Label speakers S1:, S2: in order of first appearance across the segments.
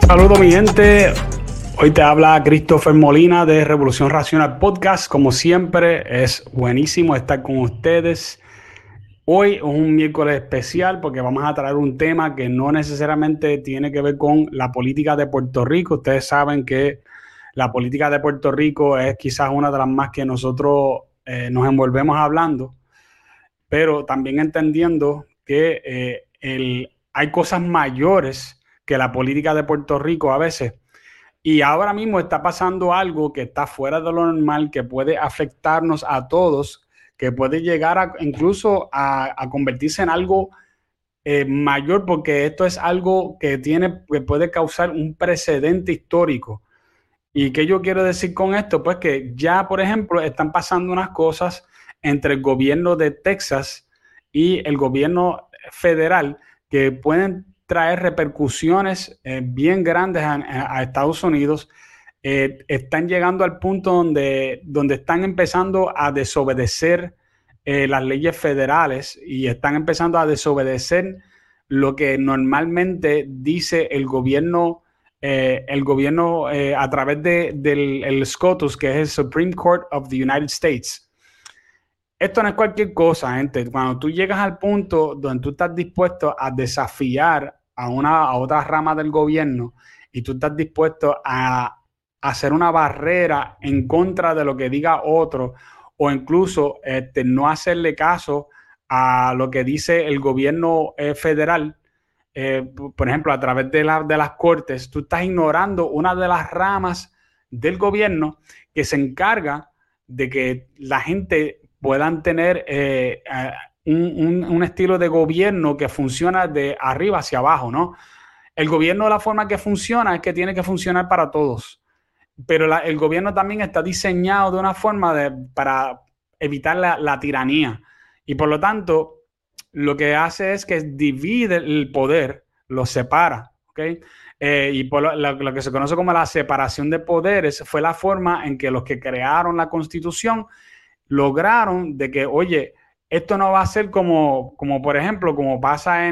S1: Saludos mi gente, hoy te habla Christopher Molina de Revolución Racional Podcast. Como siempre es buenísimo estar con ustedes. Hoy es un miércoles especial porque vamos a traer un tema que no necesariamente tiene que ver con la política de Puerto Rico. Ustedes saben que la política de Puerto Rico es quizás una de las más que nosotros nos envolvemos hablando, pero también entendiendo que hay cosas mayores que la política de Puerto Rico a veces. Y ahora mismo está pasando algo que está fuera de lo normal, que puede afectarnos a todos, que puede llegar incluso a convertirse en algo mayor, porque esto es algo que puede causar un precedente histórico. ¿Y qué yo quiero decir con esto? Pues que ya, por ejemplo, están pasando unas cosas entre el gobierno de Texas y el gobierno federal que pueden traer repercusiones bien grandes a Estados Unidos. Están llegando al punto donde están empezando a desobedecer las leyes federales y están empezando a desobedecer lo que normalmente dice el gobierno a través del SCOTUS, que es el Supreme Court of the United States. Esto no es cualquier cosa, gente. Cuando tú llegas al punto donde tú estás dispuesto a desafiar a otra rama del gobierno y tú estás dispuesto a hacer una barrera en contra de lo que diga otro, o incluso no hacerle caso a lo que dice el gobierno federal, por ejemplo, a través de las cortes, tú estás ignorando una de las ramas del gobierno que se encarga de que la gente puedan tener un estilo de gobierno que funciona de arriba hacia abajo, ¿no? El gobierno, la forma que funciona es que tiene que funcionar para todos, pero el gobierno también está diseñado de una forma para evitar la tiranía. Y por lo tanto, lo que hace es que divide el poder, lo separa, ¿ok? Y por lo que se conoce como la separación de poderes fue la forma en que los que crearon la Constitución lograron de que, oye, esto no va a ser como por ejemplo, como pasa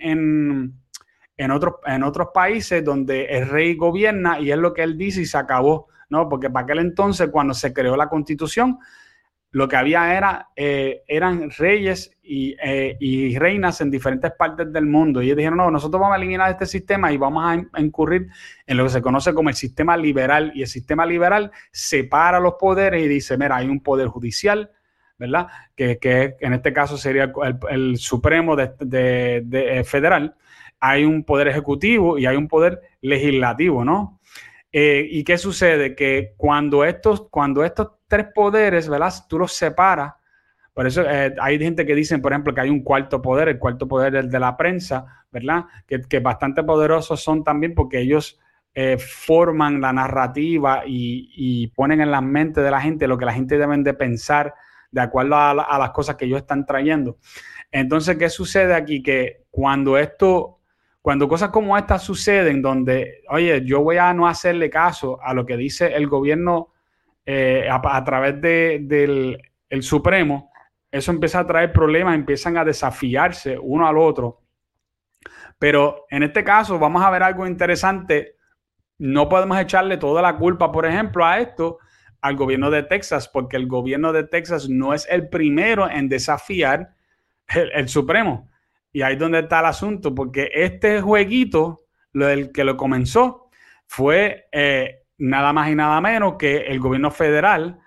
S1: en otros países donde el rey gobierna y es lo que él dice y se acabó, ¿no? Porque para aquel entonces, cuando se creó la Constitución, lo que había eran reyes y reinas en diferentes partes del mundo. Y ellos dijeron, no, nosotros vamos a eliminar este sistema y vamos a incurrir en lo que se conoce como el sistema liberal. Y el sistema liberal separa los poderes y dice, mira, hay un poder judicial, ¿verdad? Que en este caso sería el Supremo federal. Hay un poder ejecutivo y hay un poder legislativo, ¿no? ¿Y qué sucede? Que cuando estos tres poderes, ¿verdad? Tú los separas. Por eso hay gente que dice, por ejemplo, que hay un cuarto poder, el cuarto poder es el de la prensa, ¿verdad? Que bastante poderosos son también porque ellos forman la narrativa y ponen en la mente de la gente lo que la gente deben de pensar de acuerdo a las cosas que ellos están trayendo. Entonces, ¿qué sucede aquí? Que cuando cosas como estas suceden, donde, oye, yo voy a no hacerle caso a lo que dice el gobierno a través del el Supremo, eso empieza a traer problemas, empiezan a desafiarse uno al otro. Pero en este caso vamos a ver algo interesante. No podemos echarle toda la culpa, por ejemplo, a esto al gobierno de Texas, porque el gobierno de Texas no es el primero en desafiar el Supremo. Y ahí es donde está el asunto, porque este jueguito, el que lo comenzó, fue nada más y nada menos que el gobierno federal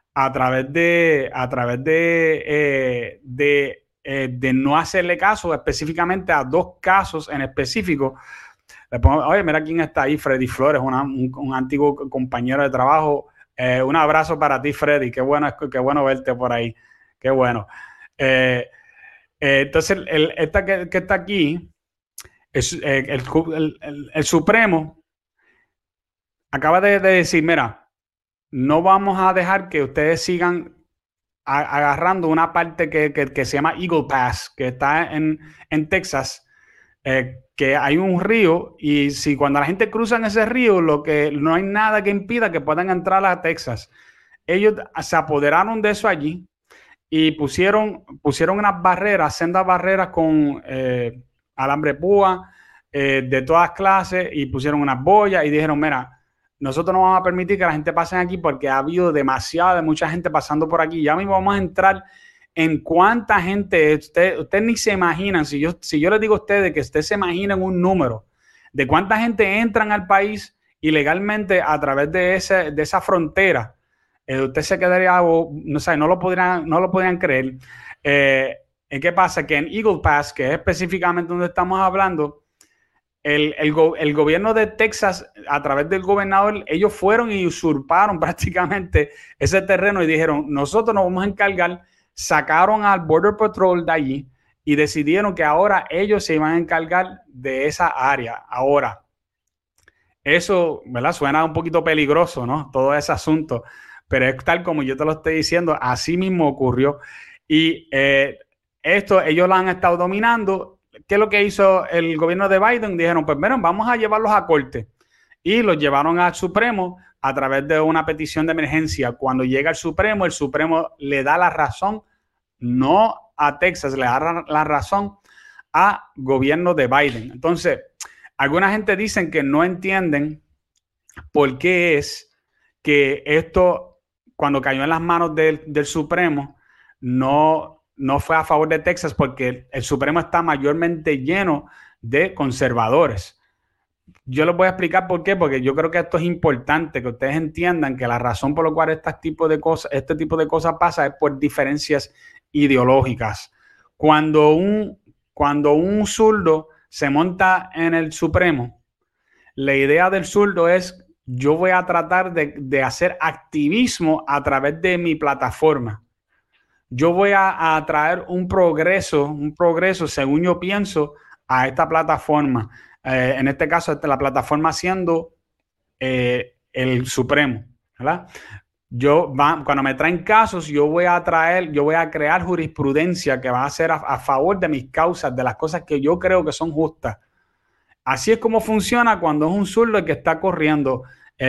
S1: de no hacerle caso específicamente a dos casos en específico. Oye, mira quién está ahí, Freddy Flores, un antiguo compañero de trabajo. Un abrazo para ti, Freddy. Qué bueno verte por ahí. Qué bueno. Entonces, esta que está aquí, es, el Supremo acaba de decir, mira, no vamos a dejar que ustedes sigan agarrando una parte que se llama Eagle Pass, que está en Texas, que hay un río y si cuando la gente cruza en ese río, no hay nada que impida que puedan entrar a Texas. Ellos se apoderaron de eso allí y pusieron unas barreras, sendas barreras con alambre púa, de todas clases y pusieron unas boyas y dijeron, mira, nosotros no vamos a permitir que la gente pase aquí porque ha habido mucha gente pasando por aquí. Ya mismo vamos a entrar en cuánta gente, ustedes ni se imaginan, si yo les digo a ustedes que ustedes se imaginen un número de cuánta gente entran al país ilegalmente a través de esa frontera, usted se quedaría, no sé, no lo podrían creer. ¿Qué pasa? Que en Eagle Pass, que es específicamente donde estamos hablando, el gobierno de Texas, a través del gobernador, ellos fueron y usurparon prácticamente ese terreno y dijeron, nosotros nos vamos a encargar, sacaron al Border Patrol de allí y decidieron que ahora ellos se iban a encargar de esa área. Ahora, eso, ¿verdad? Suena un poquito peligroso, ¿no? Todo ese asunto, pero es tal como yo te lo estoy diciendo, así mismo ocurrió. Y esto ellos lo han estado dominando. ¿Qué es lo que hizo el gobierno de Biden? Dijeron, pues bueno, vamos a llevarlos a corte. Y los llevaron al Supremo a través de una petición de emergencia. Cuando llega el Supremo le da la razón, no a Texas, le da la razón al gobierno de Biden. Entonces, alguna gente dicen que no entienden por qué es que esto, cuando cayó en las manos del Supremo, no fue a favor de Texas, porque el Supremo está mayormente lleno de conservadores. Yo les voy a explicar por qué, porque yo creo que esto es importante, que ustedes entiendan que la razón por la cual este tipo de cosas pasa es por diferencias ideológicas. Cuando un zurdo se monta en el Supremo, la idea del zurdo es, yo voy a tratar de hacer activismo a través de mi plataforma. Yo voy a traer un progreso, según yo pienso, a esta plataforma. En este caso, la plataforma siendo el Supremo, ¿verdad? Cuando me traen casos, yo voy a crear jurisprudencia que va a ser a favor de mis causas, de las cosas que yo creo que son justas. Así es como funciona cuando es un zurdo el que está corriendo,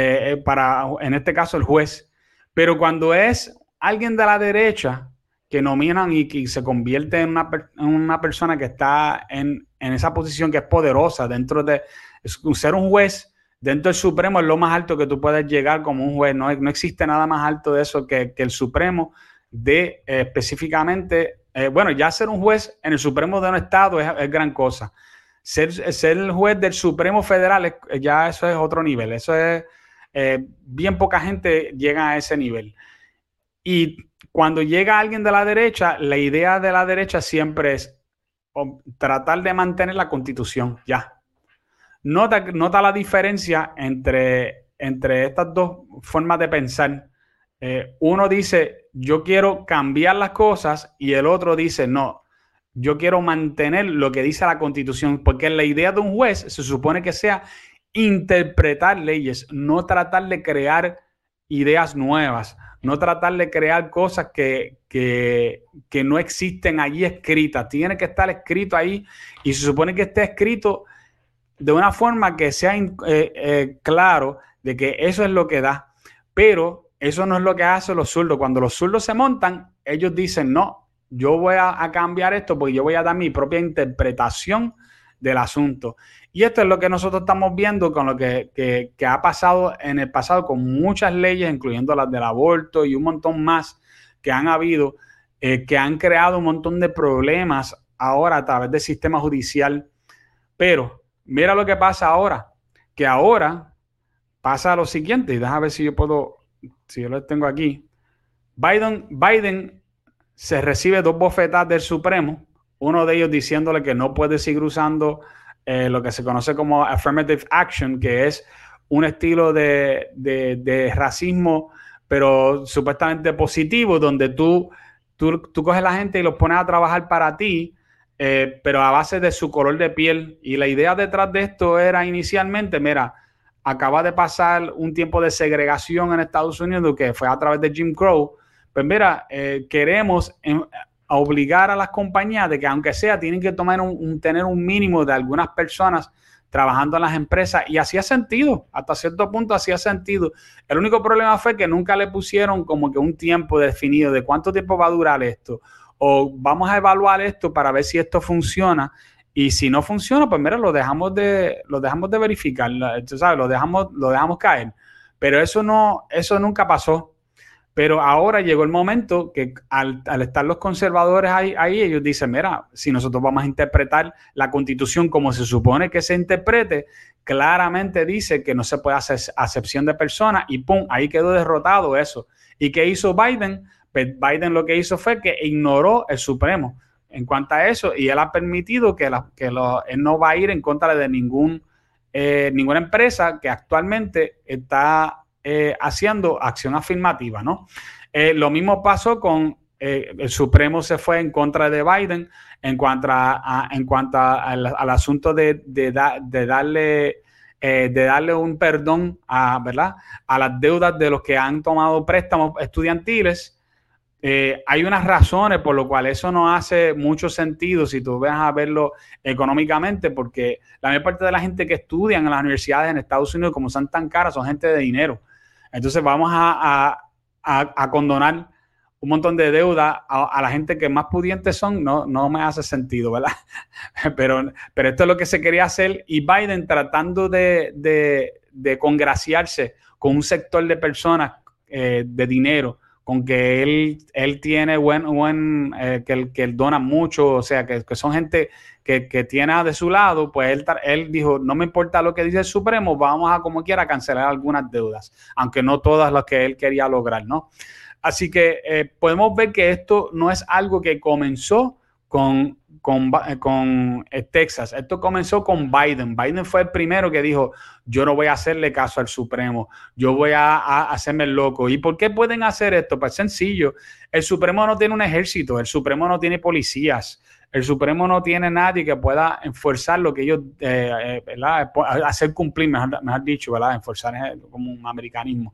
S1: en este caso, el juez. Pero cuando es alguien de la derecha que nominan y que se convierte en una persona que está en esa posición que es poderosa dentro de ser un juez, dentro del Supremo es lo más alto que tú puedes llegar como un juez. No existe nada más alto de eso que el Supremo de específicamente, bueno, ya ser un juez en el Supremo de un estado es gran cosa. Ser el juez del Supremo Federal, ya eso es otro nivel. Eso es, bien poca gente llega a ese nivel. Y cuando llega alguien de la derecha, la idea de la derecha siempre es tratar de mantener la Constitución, ya. Nota la diferencia entre estas dos formas de pensar. Uno dice, yo quiero cambiar las cosas, y el otro dice, no, yo quiero mantener lo que dice la Constitución, porque la idea de un juez se supone que sea interpretar leyes, no tratar de crear ideas nuevas, no tratar de crear cosas que no existen allí escritas. Tiene que estar escrito ahí, y se supone que esté escrito de una forma que sea claro de que eso es lo que da. Pero eso no es lo que hacen los zurdos. Cuando los zurdos se montan, ellos dicen, no, yo voy a cambiar esto porque yo voy a dar mi propia interpretación del asunto. Y esto es lo que nosotros estamos viendo con lo que ha pasado en el pasado con muchas leyes, incluyendo las del aborto y un montón más que han habido, que han creado un montón de problemas ahora a través del sistema judicial. Pero mira lo que pasa ahora, que ahora pasa lo siguiente, y déjame ver si yo lo tengo aquí. Biden se recibe 2 bofetadas del Supremo, uno de ellos diciéndole que no puede seguir usando lo que se conoce como affirmative action, que es un estilo de racismo, pero supuestamente positivo, donde tú coges a la gente y los pones a trabajar para ti, pero a base de su color de piel. Y la idea detrás de esto era inicialmente, mira, acaba de pasar un tiempo de segregación en Estados Unidos que fue a través de Jim Crow. Pues mira, queremos obligar a las compañías de que aunque sea tienen que tener un mínimo de algunas personas trabajando en las empresas, y hacía sentido, hasta cierto punto hacía sentido. El único problema fue que nunca le pusieron como que un tiempo definido de cuánto tiempo va a durar esto, o vamos a evaluar esto para ver si esto funciona y si no funciona, pues mira, lo dejamos de verificar, tú sabes, lo dejamos caer. Pero eso nunca pasó. Pero ahora llegó el momento que al estar los conservadores ahí, ellos dicen, mira, si nosotros vamos a interpretar la Constitución como se supone que se interprete, claramente dice que no se puede hacer acepción de personas y ¡pum! Ahí quedó derrotado eso. ¿Y qué hizo Biden? Pues Biden lo que hizo fue que ignoró el Supremo en cuanto a eso y él ha permitido que él no va a ir en contra de ninguna empresa que actualmente está haciendo acción afirmativa, ¿no? Lo mismo pasó con el Supremo se fue en contra de Biden en cuanto al asunto de darle un perdón ¿verdad? A las deudas de los que han tomado préstamos estudiantiles. Hay unas razones por lo cual eso no hace mucho sentido si tú vas a verlo económicamente, porque la mayor parte de la gente que estudia en las universidades en Estados Unidos, como son tan caras, son gente de dinero. Entonces vamos a condonar un montón de deuda a la gente que más pudientes son, no me hace sentido, ¿verdad? Pero esto es lo que se quería hacer y Biden tratando de congraciarse con un sector de personas de dinero, con que él tiene que él dona mucho, o sea, que son gente que tiene de su lado, pues él dijo, no me importa lo que dice el Supremo, vamos a como quiera cancelar algunas deudas, aunque no todas las que él quería lograr, ¿no? Así que podemos ver que esto no es algo que comenzó con Texas. Esto comenzó con Biden. Biden fue el primero que dijo, yo no voy a hacerle caso al Supremo, yo voy a hacerme el loco. ¿Y por qué pueden hacer esto? Pues sencillo, el Supremo no tiene un ejército, el Supremo no tiene policías, el Supremo no tiene nadie que pueda enforzar lo que ellos, hacer cumplir, mejor dicho, ¿verdad? Enforzar es como un americanismo.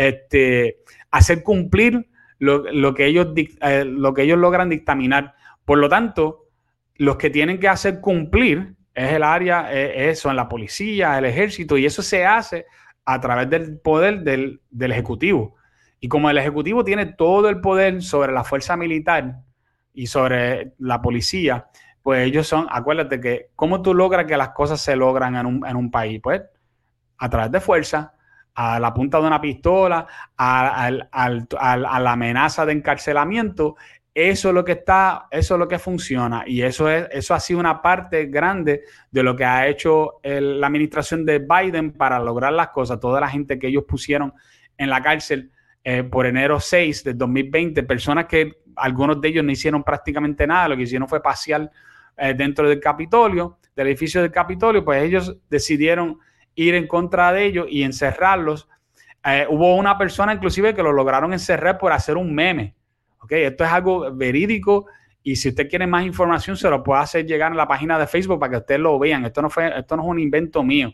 S1: Hacer cumplir lo que ellos logran dictaminar. Por lo tanto, los que tienen que hacer cumplir es el área, son la policía, el ejército, y eso se hace a través del poder del Ejecutivo. Y como el Ejecutivo tiene todo el poder sobre la fuerza militar y sobre la policía, pues ellos acuérdate que cómo tú logras que las cosas se logran en un país, pues a través de fuerza, a la punta de una pistola, a la amenaza de encarcelamiento. Eso es lo que funciona y eso ha sido una parte grande de lo que ha hecho la administración de Biden para lograr las cosas. Toda la gente que ellos pusieron en la cárcel por enero 6 del 2020, personas que algunos de ellos no hicieron prácticamente nada, lo que hicieron fue pasear dentro del Capitolio, del edificio del Capitolio, pues ellos decidieron ir en contra de ellos y encerrarlos. Hubo una persona inclusive que lo lograron encerrar por hacer un meme. Okay, esto es algo verídico y si usted quiere más información se lo puede hacer llegar en la página de Facebook para que ustedes lo vean. Esto no es un invento mío.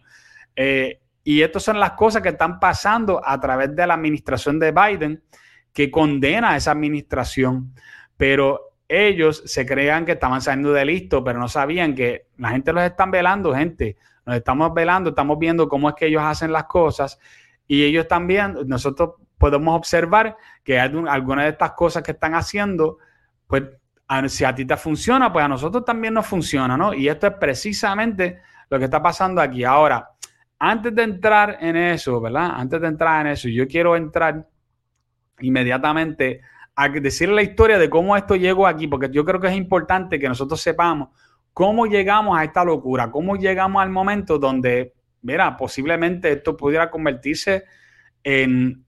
S1: Y estas son las cosas que están pasando a través de la administración de Biden, que condena a esa administración, pero ellos se creían que estaban saliendo de listo, pero no sabían que la gente los están velando, gente. Nos estamos velando, estamos viendo cómo es que ellos hacen las cosas y ellos también, nosotros podemos observar que hay algunas de estas cosas que están haciendo, pues si a ti te funciona, pues a nosotros también nos funciona, ¿no? Y esto es precisamente lo que está pasando aquí. Ahora, antes de entrar en eso, ¿verdad? Antes de entrar en eso, yo quiero entrar inmediatamente a decir la historia de cómo esto llegó aquí, porque yo creo que es importante que nosotros sepamos cómo llegamos a esta locura, cómo llegamos al momento donde, mira, posiblemente esto pudiera convertirse en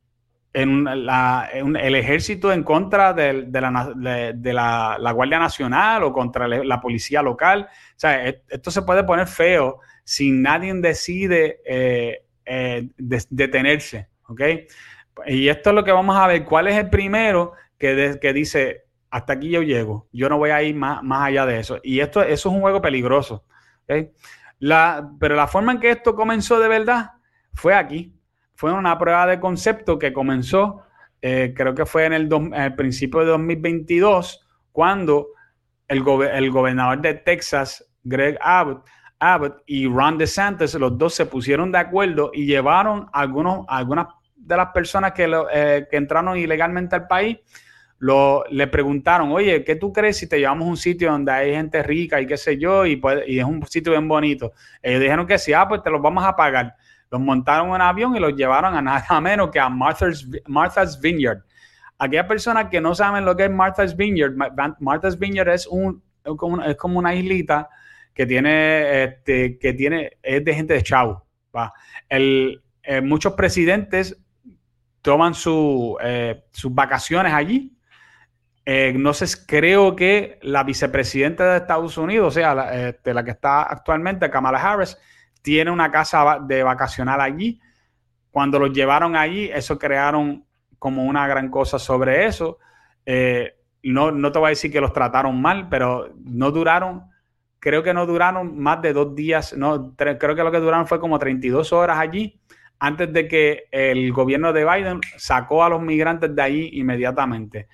S1: el ejército en contra de la Guardia Nacional o contra la policía local. O sea, esto se puede poner feo si nadie decide detenerse, ¿ok? Y esto es lo que vamos a ver. ¿Cuál es el primero que dice, hasta aquí yo llego, yo no voy a ir más allá de eso? Y eso es un juego peligroso, ¿ok? Pero la forma en que esto comenzó de verdad fue aquí. Fue una prueba de concepto que comenzó, creo que fue en el principio de 2022, cuando el gobernador de Texas, Greg Abbott y Ron DeSantis, los dos se pusieron de acuerdo y llevaron algunas de las personas que entraron ilegalmente al país, le preguntaron, oye, ¿qué tú crees si te llevamos a un sitio donde hay gente rica y qué sé yo, y es un sitio bien bonito? Ellos dijeron que sí, pues te los vamos a pagar. Los montaron en un avión y los llevaron a nada menos que a Martha's Vineyard. Aquellas personas que no saben lo que es Martha's Vineyard, Martha's Vineyard es como una islita que es de gente de chavo. ¿Va? Muchos presidentes toman sus vacaciones allí. No sé, creo que la vicepresidenta de Estados Unidos, o sea, la que está actualmente, Kamala Harris, tiene una casa de vacacional allí. Cuando los llevaron allí, eso crearon como una gran cosa sobre eso. No te voy a decir que los trataron mal, pero creo que no duraron más de 2 días. Creo que lo que duraron fue como 32 horas allí, antes de que el gobierno de Biden sacó a los migrantes de allí inmediatamente.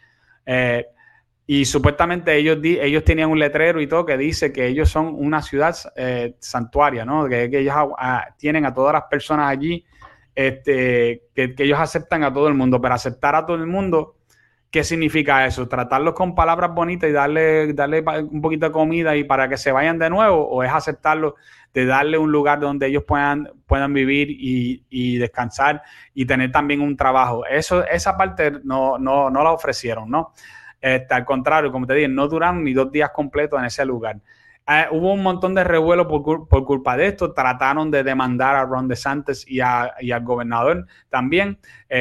S1: Y supuestamente ellos tenían un letrero y todo que dice que ellos son una ciudad santuaria, ¿no? Que ellos tienen a todas las personas allí, que ellos aceptan a todo el mundo. Pero aceptar a todo el mundo, ¿qué significa eso? ¿Tratarlos con palabras bonitas y darle un poquito de comida y para que se vayan de nuevo? ¿O es aceptarlos de darle un lugar donde ellos puedan vivir y descansar y tener también un trabajo? Esa parte no la ofrecieron, ¿no? Al contrario, como te dije, no duraron ni 2 días completos en ese lugar. Hubo un montón de revuelo por culpa de esto. Trataron de demandar a Ron DeSantis y al gobernador también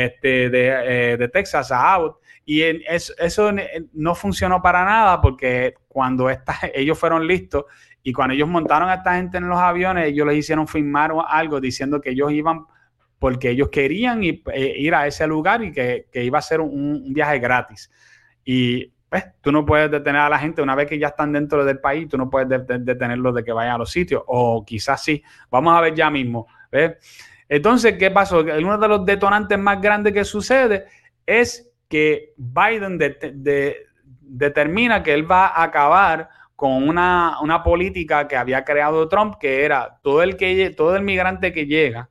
S1: de Texas, a Abbott. Y eso no funcionó para nada, porque cuando ellos fueron listos y cuando ellos montaron a esta gente en los aviones, ellos les hicieron firmar algo diciendo que ellos iban porque ellos querían ir a ese lugar y que iba a ser un viaje gratis. Y pues tú no puedes detener a la gente una vez que ya están dentro del país. Tú no puedes detenerlos de que vayan a los sitios, o quizás sí. Vamos a ver ya mismo, ¿ves? Entonces, ¿qué pasó? Uno de los detonantes más grandes que sucede es que Biden determina que él va a acabar con una política que había creado Trump, que era todo el migrante que llega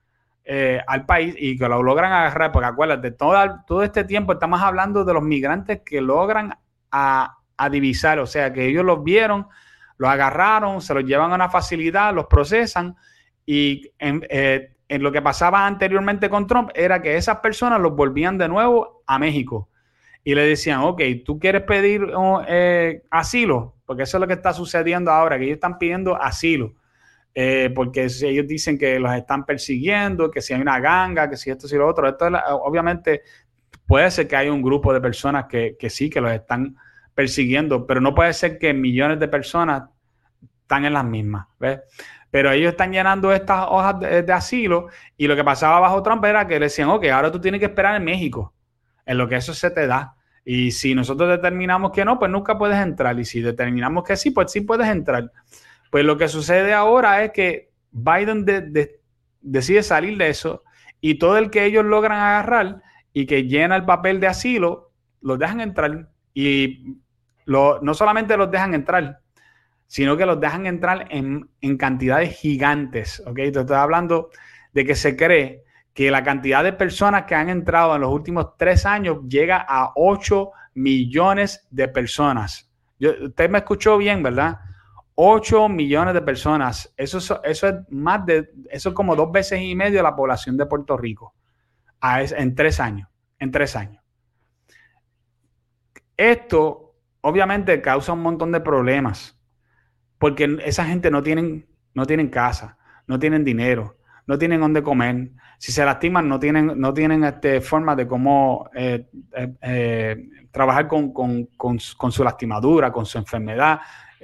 S1: al país y que lo logran agarrar, porque acuérdate, todo este tiempo estamos hablando de los migrantes que logran a divisar, o sea, que ellos los vieron, los agarraron, se los llevan a una facilidad, los procesan, y en lo que pasaba anteriormente con Trump era que esas personas los volvían de nuevo a México y le decían, ok, ¿tú quieres pedir asilo? Porque eso es lo que está sucediendo ahora, que ellos están pidiendo asilo. Porque si ellos dicen que los están persiguiendo, que si hay una ganga, que si esto, si lo otro. Obviamente puede ser que hay un grupo de personas que sí, que los están persiguiendo, pero no puede ser que millones de personas están en las mismas, ¿ves? Pero ellos están llenando estas hojas de asilo, y lo que pasaba bajo Trump era que le decían, ok, ahora tú tienes que esperar en México, en lo que eso se te da. Y si nosotros determinamos que no, pues nunca puedes entrar. Y si determinamos que sí, pues sí puedes entrar. Pues lo que sucede ahora es que Biden decide salir de eso, y todo el que ellos logran agarrar y que llena el papel de asilo, los dejan entrar. Y no solamente los dejan entrar, sino que los dejan entrar en cantidades gigantes. ¿Okay? Te estoy hablando de que se cree que la cantidad de personas que han entrado en los últimos 3 años llega a 8 millones de personas. Usted me escuchó bien, ¿verdad? 8 millones de personas. Eso es como 2 veces y medio de la población de Puerto Rico en 3 años. En 3 años. Esto obviamente causa un montón de problemas, porque esa gente no tienen casa, no tienen dinero, no tienen dónde comer. Si se lastiman, no tienen forma de cómo trabajar con su lastimadura, con su enfermedad.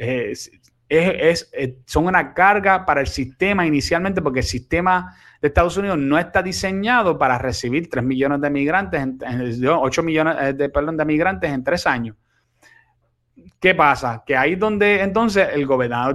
S1: Son una carga para el sistema inicialmente, porque el sistema de Estados Unidos no está diseñado para recibir 3 millones de migrantes, 8 millones de migrantes en 3 años. ¿Qué pasa? Que ahí es donde entonces el gobernador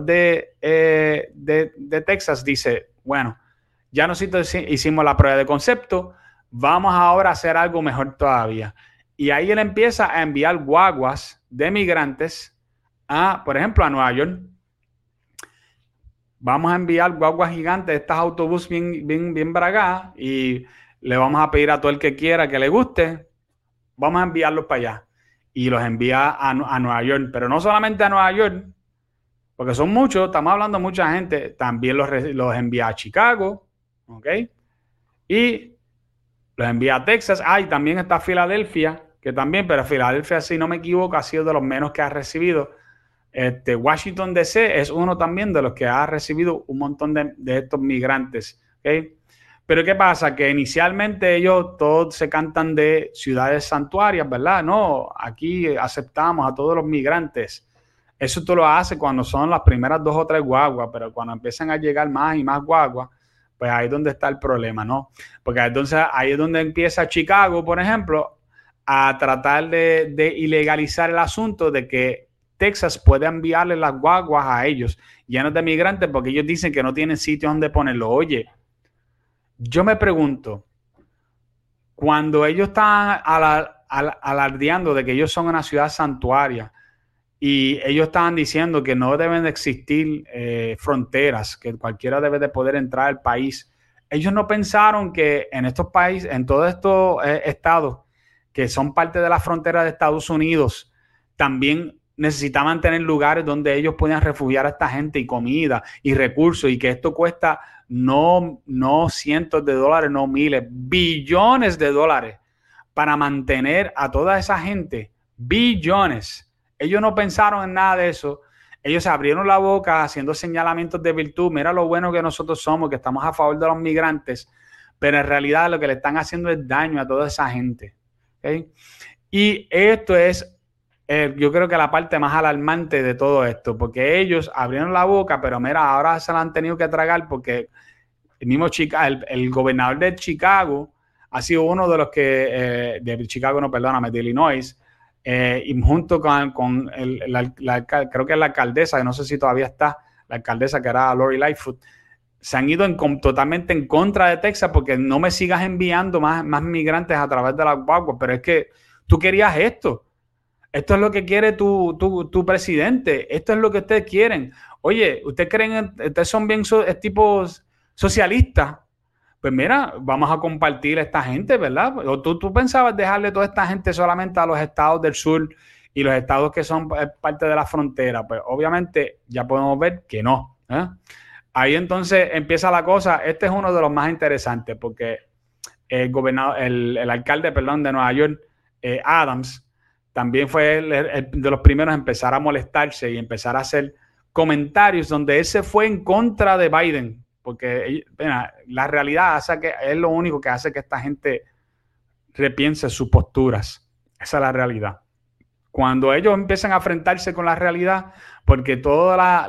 S1: de Texas dice, bueno, ya nosotros hicimos la prueba de concepto, vamos ahora a hacer algo mejor todavía. Y ahí él empieza a enviar guaguas de migrantes por ejemplo, a Nueva York. Vamos a enviar guaguas gigantes, estas autobuses bien bragadas, y le vamos a pedir a todo el que quiera, que le guste, vamos a enviarlos para allá. y los envía a Nueva York. Pero no solamente a Nueva York, porque son muchos, estamos hablando de mucha gente, también los envía a Chicago, ¿ok? Y los envía a Texas. Y también está Filadelfia, que también, pero Filadelfia, si no me equivoco, ha sido de los menos que ha recibido. Washington DC es uno también de los que ha recibido un montón de estos migrantes, ¿ok? Pero ¿qué pasa? Que inicialmente ellos todos se cantan de ciudades santuarias, ¿verdad? No, aquí aceptamos a todos los migrantes. Eso tú lo haces cuando son las primeras 2 o 3 guaguas, pero cuando empiezan a llegar más y más guaguas, pues ahí es donde está el problema, ¿no? Porque entonces ahí es donde empieza Chicago, por ejemplo, a tratar de ilegalizar el asunto de que Texas puede enviarle las guaguas a ellos llenos de migrantes porque ellos dicen que no tienen sitio donde ponerlo. Oye, yo me pregunto, cuando ellos están alardeando de que ellos son una ciudad santuaria y ellos estaban diciendo que no deben de existir fronteras, que cualquiera debe de poder entrar al país, ellos no pensaron que en estos países, en todos estos estados que son parte de la frontera de Estados Unidos, también necesitaban tener lugares donde ellos puedan refugiar a esta gente y comida y recursos, y que esto cuesta no cientos de dólares, no miles, billones de dólares para mantener a toda esa gente, billones. Ellos no pensaron en nada de eso. Ellos se abrieron la boca haciendo señalamientos de virtud. Mira lo bueno que nosotros somos, que estamos a favor de los migrantes, pero en realidad lo que le están haciendo es daño a toda esa gente. ¿Okay? Y esto es yo creo que la parte más alarmante de todo esto, porque ellos abrieron la boca, pero mira, ahora se la han tenido que tragar porque el mismo el gobernador de Chicago ha sido uno de los que, de Chicago, no, perdóname, de Illinois, y junto con creo que es la alcaldesa, que no sé si todavía está, la alcaldesa que era Lori Lightfoot, se han ido totalmente en contra de Texas porque no me sigas enviando más migrantes a través de las guaguas, pero es que tú querías esto. Esto es lo que quiere tu presidente. Esto es lo que ustedes quieren. Oye, ustedes son bien tipos socialistas. Pues mira, vamos a compartir a esta gente, ¿verdad? O tú pensabas dejarle toda esta gente solamente a los estados del sur y los estados que son parte de la frontera. Pues obviamente ya podemos ver que no. Ahí entonces empieza la cosa. Este es uno de los más interesantes porque el alcalde, perdón, de Nueva York, Adams, también fue de los primeros a empezar a molestarse y empezar a hacer comentarios donde él se fue en contra de Biden, porque la realidad es lo único que hace que esta gente repiense sus posturas. Esa es la realidad. Cuando ellos empiezan a enfrentarse con la realidad, porque toda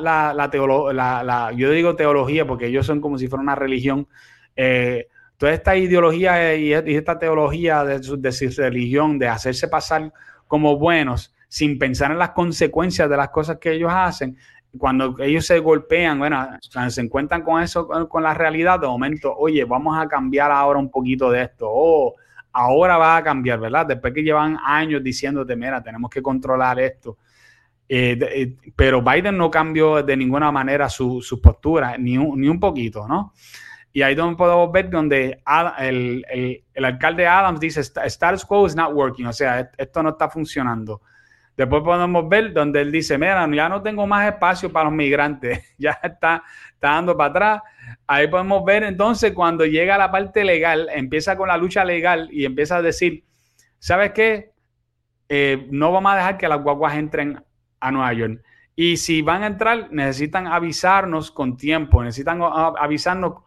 S1: yo digo teología porque ellos son como si fuera una religión, toda esta ideología y esta teología de su religión, de hacerse pasar como buenos, sin pensar en las consecuencias de las cosas que ellos hacen, cuando ellos se golpean, cuando se encuentran con eso, con la realidad, de momento, oye, vamos a cambiar ahora un poquito de esto, ahora va a cambiar, ¿verdad? Después que llevan años diciéndote, mira, tenemos que controlar esto. Pero Biden no cambió de ninguna manera su postura, ni un poquito, ¿no? Y ahí donde podemos ver donde el alcalde Adams dice, status quo is not working, o sea, esto no está funcionando. Después podemos ver donde él dice, mira, ya no tengo más espacio para los migrantes, ya está dando para atrás. Ahí podemos ver entonces cuando llega la parte legal, empieza con la lucha legal y empieza a decir, ¿sabes qué? No vamos a dejar que las guaguas entren a Nueva York. Y si van a entrar, necesitan avisarnos con tiempo, necesitan avisarnos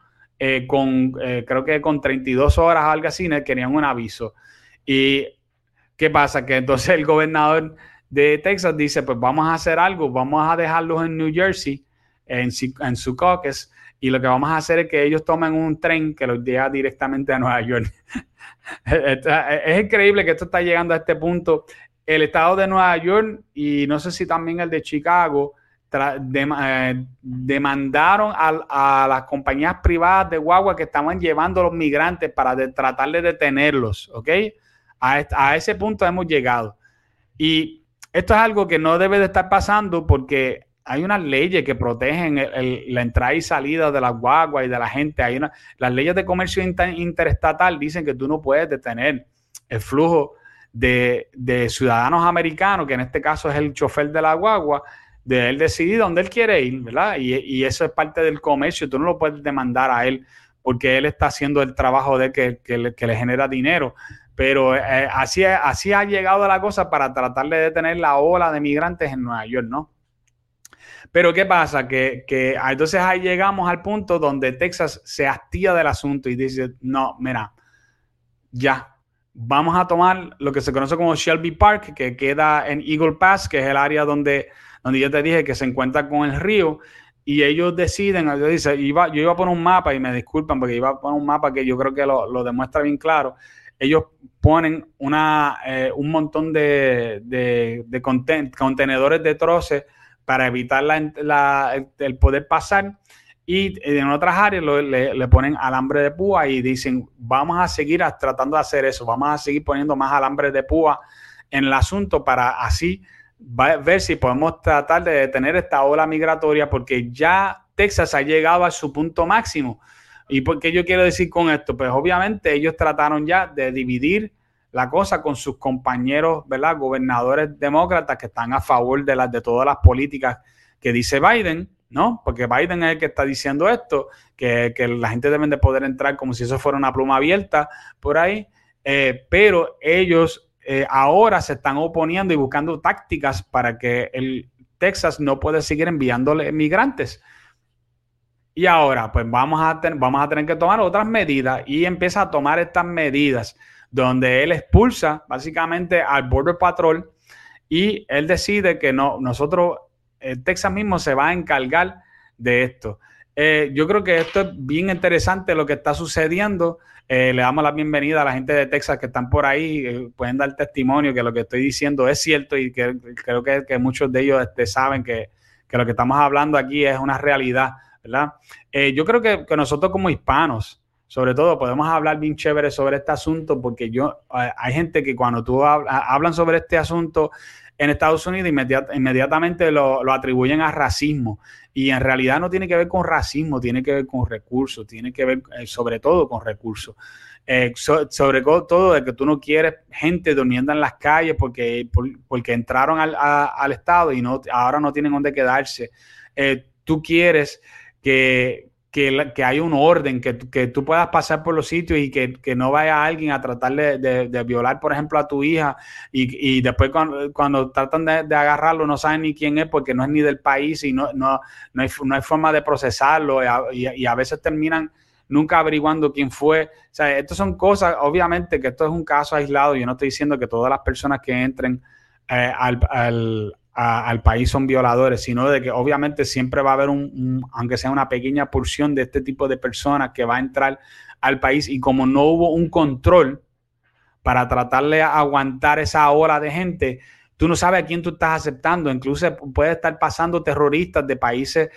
S1: creo que con 32 horas o algo así, querían un aviso. ¿Y qué pasa? Que entonces el gobernador de Texas dice, pues vamos a hacer algo, vamos a dejarlos en New Jersey, en Secaucus, y lo que vamos a hacer es que ellos tomen un tren que los lleva directamente a Nueva York. Es increíble que esto está llegando a este punto. El estado de Nueva York y no sé si también el de Chicago demandaron a las compañías privadas de guagua que estaban llevando a los migrantes para tratar de detenerlos, ¿ok? A ese punto hemos llegado. Y esto es algo que no debe de estar pasando porque hay unas leyes que protegen la entrada y salida de las guaguas y de la gente. Las leyes de comercio interestatal dicen que tú no puedes detener el flujo de ciudadanos americanos, que en este caso es el chofer de la guagua, de él decidir dónde él quiere ir, ¿verdad? Y eso es parte del comercio. Tú no lo puedes demandar a él porque él está haciendo el trabajo de que le genera dinero. Pero así ha llegado la cosa para tratar de detener la ola de migrantes en Nueva York, ¿no? Pero ¿qué pasa? Que entonces ahí llegamos al punto donde Texas se hastía del asunto y dice, no, mira, ya, vamos a tomar lo que se conoce como Shelby Park, que queda en Eagle Pass, que es el área donde yo te dije que se encuentra con el río, y ellos deciden, yo iba a poner un mapa, y me disculpan porque iba a poner un mapa que yo creo que lo demuestra bien claro. Ellos ponen un montón de contenedores de troces para evitar el poder pasar, y en otras áreas le ponen alambre de púa y dicen, vamos a seguir tratando de hacer eso, vamos a seguir poniendo más alambre de púa en el asunto para así ver si podemos tratar de detener esta ola migratoria, porque ya Texas ha llegado a su punto máximo. ¿Y por qué yo quiero decir con esto? Pues obviamente ellos trataron ya de dividir la cosa con sus compañeros, ¿verdad? Gobernadores demócratas que están a favor de todas las políticas que dice Biden, ¿no? Porque Biden es el que está diciendo esto, que la gente debe de poder entrar como si eso fuera una pluma abierta por ahí, pero ellos ahora se están oponiendo y buscando tácticas para que el Texas no pueda seguir enviándole migrantes. Y ahora, pues vamos a tener que tomar otras medidas, y empieza a tomar estas medidas donde él expulsa básicamente al Border Patrol, y él decide que Texas mismo se va a encargar de esto. Yo creo que esto es bien interesante lo que está sucediendo. Le damos la bienvenida a la gente de Texas que están por ahí, pueden dar testimonio que lo que estoy diciendo es cierto, y que creo que muchos de ellos saben que lo que estamos hablando aquí es una realidad, ¿verdad? Yo creo que nosotros como hispanos, sobre todo, podemos hablar bien chévere sobre este asunto, porque hay gente que cuando tú hablan sobre este asunto en Estados Unidos, inmediatamente lo atribuyen a racismo, y en realidad no tiene que ver con racismo, tiene que ver con recursos, tiene que ver sobre todo con recursos. Sobre todo de que tú no quieres gente durmiendo en las calles porque entraron al estado y ahora no tienen dónde quedarse. Tú quieres que haya un orden, que tú puedas pasar por los sitios y que no vaya alguien a tratar de violar, por ejemplo, a tu hija, y después cuando tratan de agarrarlo no saben ni quién es porque no es ni del país, y no hay forma de procesarlo, y a veces terminan nunca averiguando quién fue. O sea, estas son cosas, obviamente que esto es un caso aislado. Yo no estoy diciendo que todas las personas que entren al país son violadores, sino de que obviamente siempre va a haber aunque sea una pequeña porción de este tipo de personas que va a entrar al país, y como no hubo un control para tratar de aguantar esa ola de gente, tú no sabes a quién tú estás aceptando. Incluso puede estar pasando terroristas de países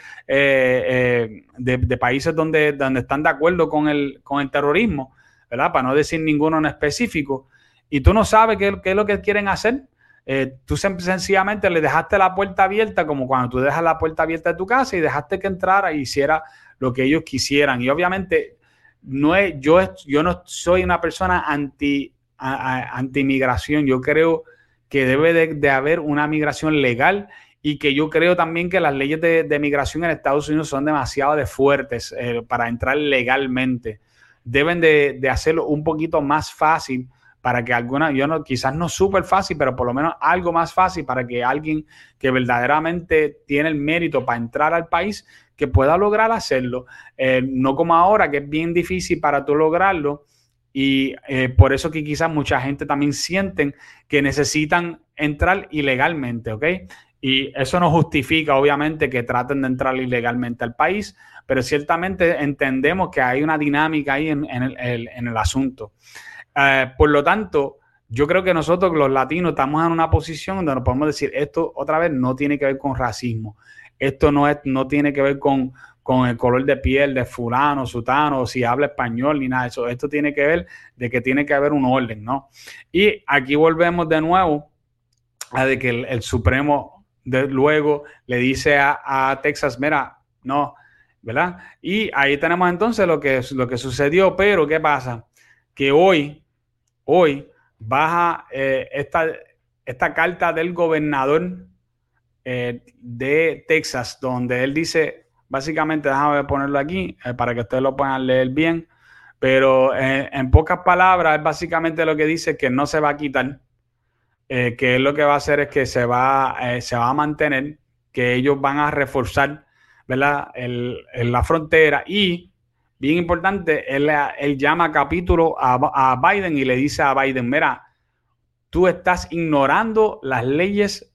S1: de países donde están de acuerdo con el terrorismo, ¿verdad? Para no decir ninguno en específico, y tú no sabes qué es lo que quieren hacer. Tú sencillamente le dejaste la puerta abierta, como cuando tú dejas la puerta abierta de tu casa y dejaste que entrara y hiciera lo que ellos quisieran. Y obviamente yo no soy una persona anti-migración. Yo creo que debe de haber una migración legal, y que yo creo también que las leyes de migración en Estados Unidos son demasiado fuertes para entrar legalmente. Deben de hacerlo un poquito más fácil para que quizás no súper fácil, pero por lo menos algo más fácil para que alguien que verdaderamente tiene el mérito para entrar al país, que pueda lograr hacerlo. No como ahora, que es bien difícil para tú lograrlo, y por eso que quizás mucha gente también sienten que necesitan entrar ilegalmente, ¿ok? Y eso no justifica, obviamente, que traten de entrar ilegalmente al país, pero ciertamente entendemos que hay una dinámica ahí en el asunto. Por lo tanto, yo creo que nosotros los latinos estamos en una posición donde nos podemos decir, esto otra vez no tiene que ver con racismo, esto no tiene que ver con el color de piel de fulano, sutano, o si habla español, ni nada de eso. Esto tiene que ver de que tiene que haber un orden, ¿no? Y aquí volvemos de nuevo a de que el Supremo luego le dice a Texas, mira, no, ¿verdad? Y ahí tenemos entonces lo que sucedió. Pero ¿qué pasa? Que hoy baja esta carta del gobernador de Texas, donde él dice, básicamente, déjame ponerlo aquí para que ustedes lo puedan leer bien, pero en pocas palabras, es básicamente lo que dice que no se va a quitar, que él lo que va a hacer es que se va a mantener, que ellos van a reforzar, ¿verdad? La frontera y, bien importante, él llama a capítulo a Biden y le dice a Biden, mira, tú estás ignorando las leyes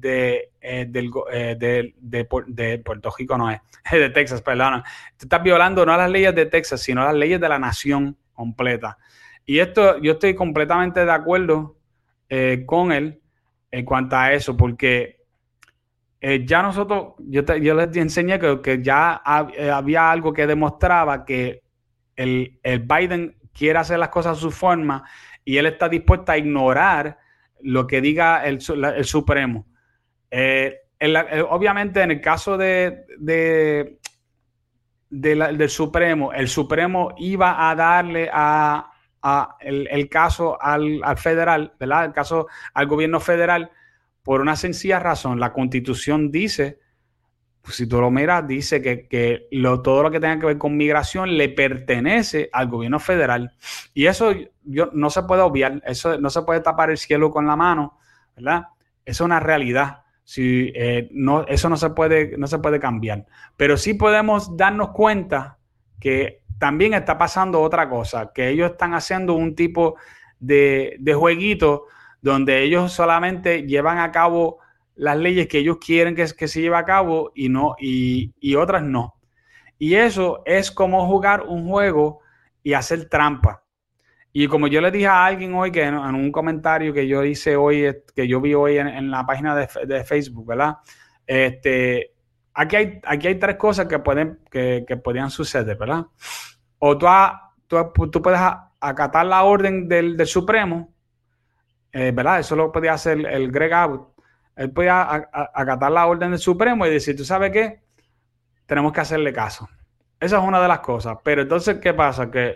S1: de Puerto Rico, no es, de Texas, perdón. Tú estás violando no las leyes de Texas, sino las leyes de la nación completa. Y esto, yo estoy completamente de acuerdo con él en cuanto a eso, porque ya nosotros, yo les enseñé que ya había algo que demostraba que el Biden quiere hacer las cosas a su forma y él está dispuesto a ignorar lo que diga el Supremo. Obviamente, en el caso del Supremo, el Supremo iba a darle el caso al federal, ¿verdad? El caso al gobierno federal, por una sencilla razón. La Constitución dice, pues si tú lo miras, dice que todo lo que tenga que ver con migración le pertenece al gobierno federal. Y eso no se puede obviar, eso no se puede tapar el cielo con la mano, ¿verdad? Eso es una realidad. Si, eso no se puede cambiar. Pero sí podemos darnos cuenta que también está pasando otra cosa, que ellos están haciendo un tipo de jueguito donde ellos solamente llevan a cabo las leyes que ellos quieren que se lleve a cabo y otras no. Y eso es como jugar un juego y hacer trampa. Y como yo le dije a alguien hoy, que en un comentario que yo hice hoy, que yo vi hoy en la página de Facebook, ¿verdad? Aquí hay tres cosas que podrían suceder, ¿verdad? O tú puedes acatar la orden del Supremo, ¿verdad? Eso lo podía hacer el Greg Abbott. Él podía acatar la orden del Supremo y decir, ¿tú sabes qué? Tenemos que hacerle caso. Esa es una de las cosas. Pero entonces, ¿qué pasa? Que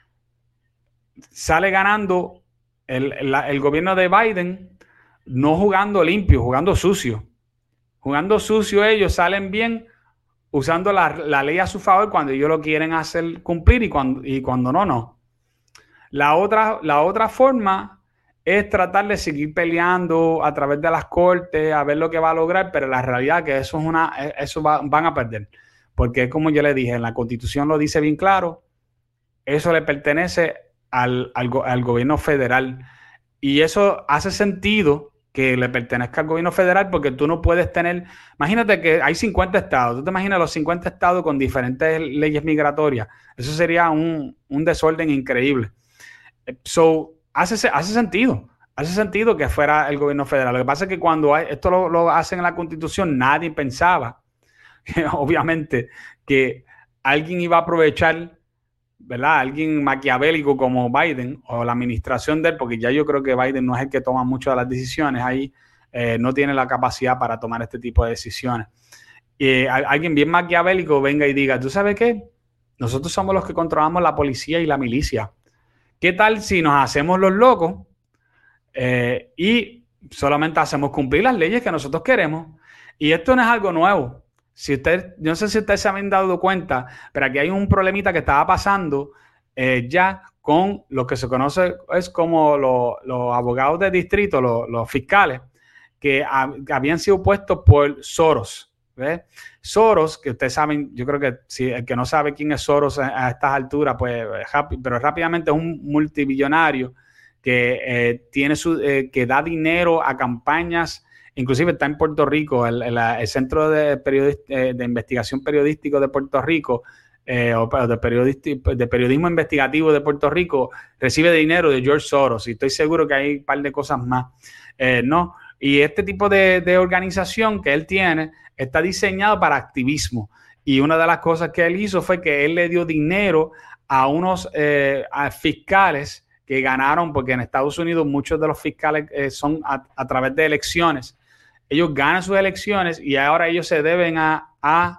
S1: sale ganando el gobierno de Biden no jugando limpio, jugando sucio. Jugando sucio ellos salen bien usando la ley a su favor cuando ellos lo quieren hacer cumplir y cuando no. La otra forma es tratar de seguir peleando a través de las cortes, a ver lo que va a lograr, pero la realidad es que van a perder. Porque como yo le dije, en la Constitución lo dice bien claro, eso le pertenece al gobierno federal. Y eso hace sentido que le pertenezca al gobierno federal porque tú no puedes tener... Imagínate que hay 50 estados. ¿Tú te imaginas los 50 estados con diferentes leyes migratorias? Eso sería un desorden increíble. Hace sentido. Hace sentido que fuera el gobierno federal. Lo que pasa es que cuando esto lo hacen en la Constitución, nadie pensaba, obviamente, que alguien iba a aprovechar, ¿verdad? Alguien maquiavélico como Biden o la administración de él, porque ya yo creo que Biden no es el que toma muchas de las decisiones, ahí no tiene la capacidad para tomar este tipo de decisiones. Alguien bien maquiavélico venga y diga, ¿tú sabes qué? Nosotros somos los que controlamos la policía y la milicia. ¿Qué tal si nos hacemos los locos y solamente hacemos cumplir las leyes que nosotros queremos? Y esto no es algo nuevo. Yo no sé si ustedes se habían dado cuenta, pero aquí hay un problemita que estaba pasando ya con lo que se conoce es como los abogados de distrito, los fiscales, que habían sido puestos por Soros. ¿Ves? Soros, que ustedes saben, yo creo que si el que no sabe quién es Soros a estas alturas, pues pero rápidamente es un multimillonario que que da dinero a campañas, inclusive está en Puerto Rico, el Centro de Investigación Periodístico de Puerto Rico, o de periodismo investigativo de Puerto Rico, recibe dinero de George Soros, y estoy seguro que hay un par de cosas más, ¿no? Y este tipo de organización que él tiene está diseñado para activismo. Y una de las cosas que él hizo fue que él le dio dinero a unos fiscales que ganaron, porque en Estados Unidos muchos de los fiscales son a través de elecciones. Ellos ganan sus elecciones y ahora ellos se deben a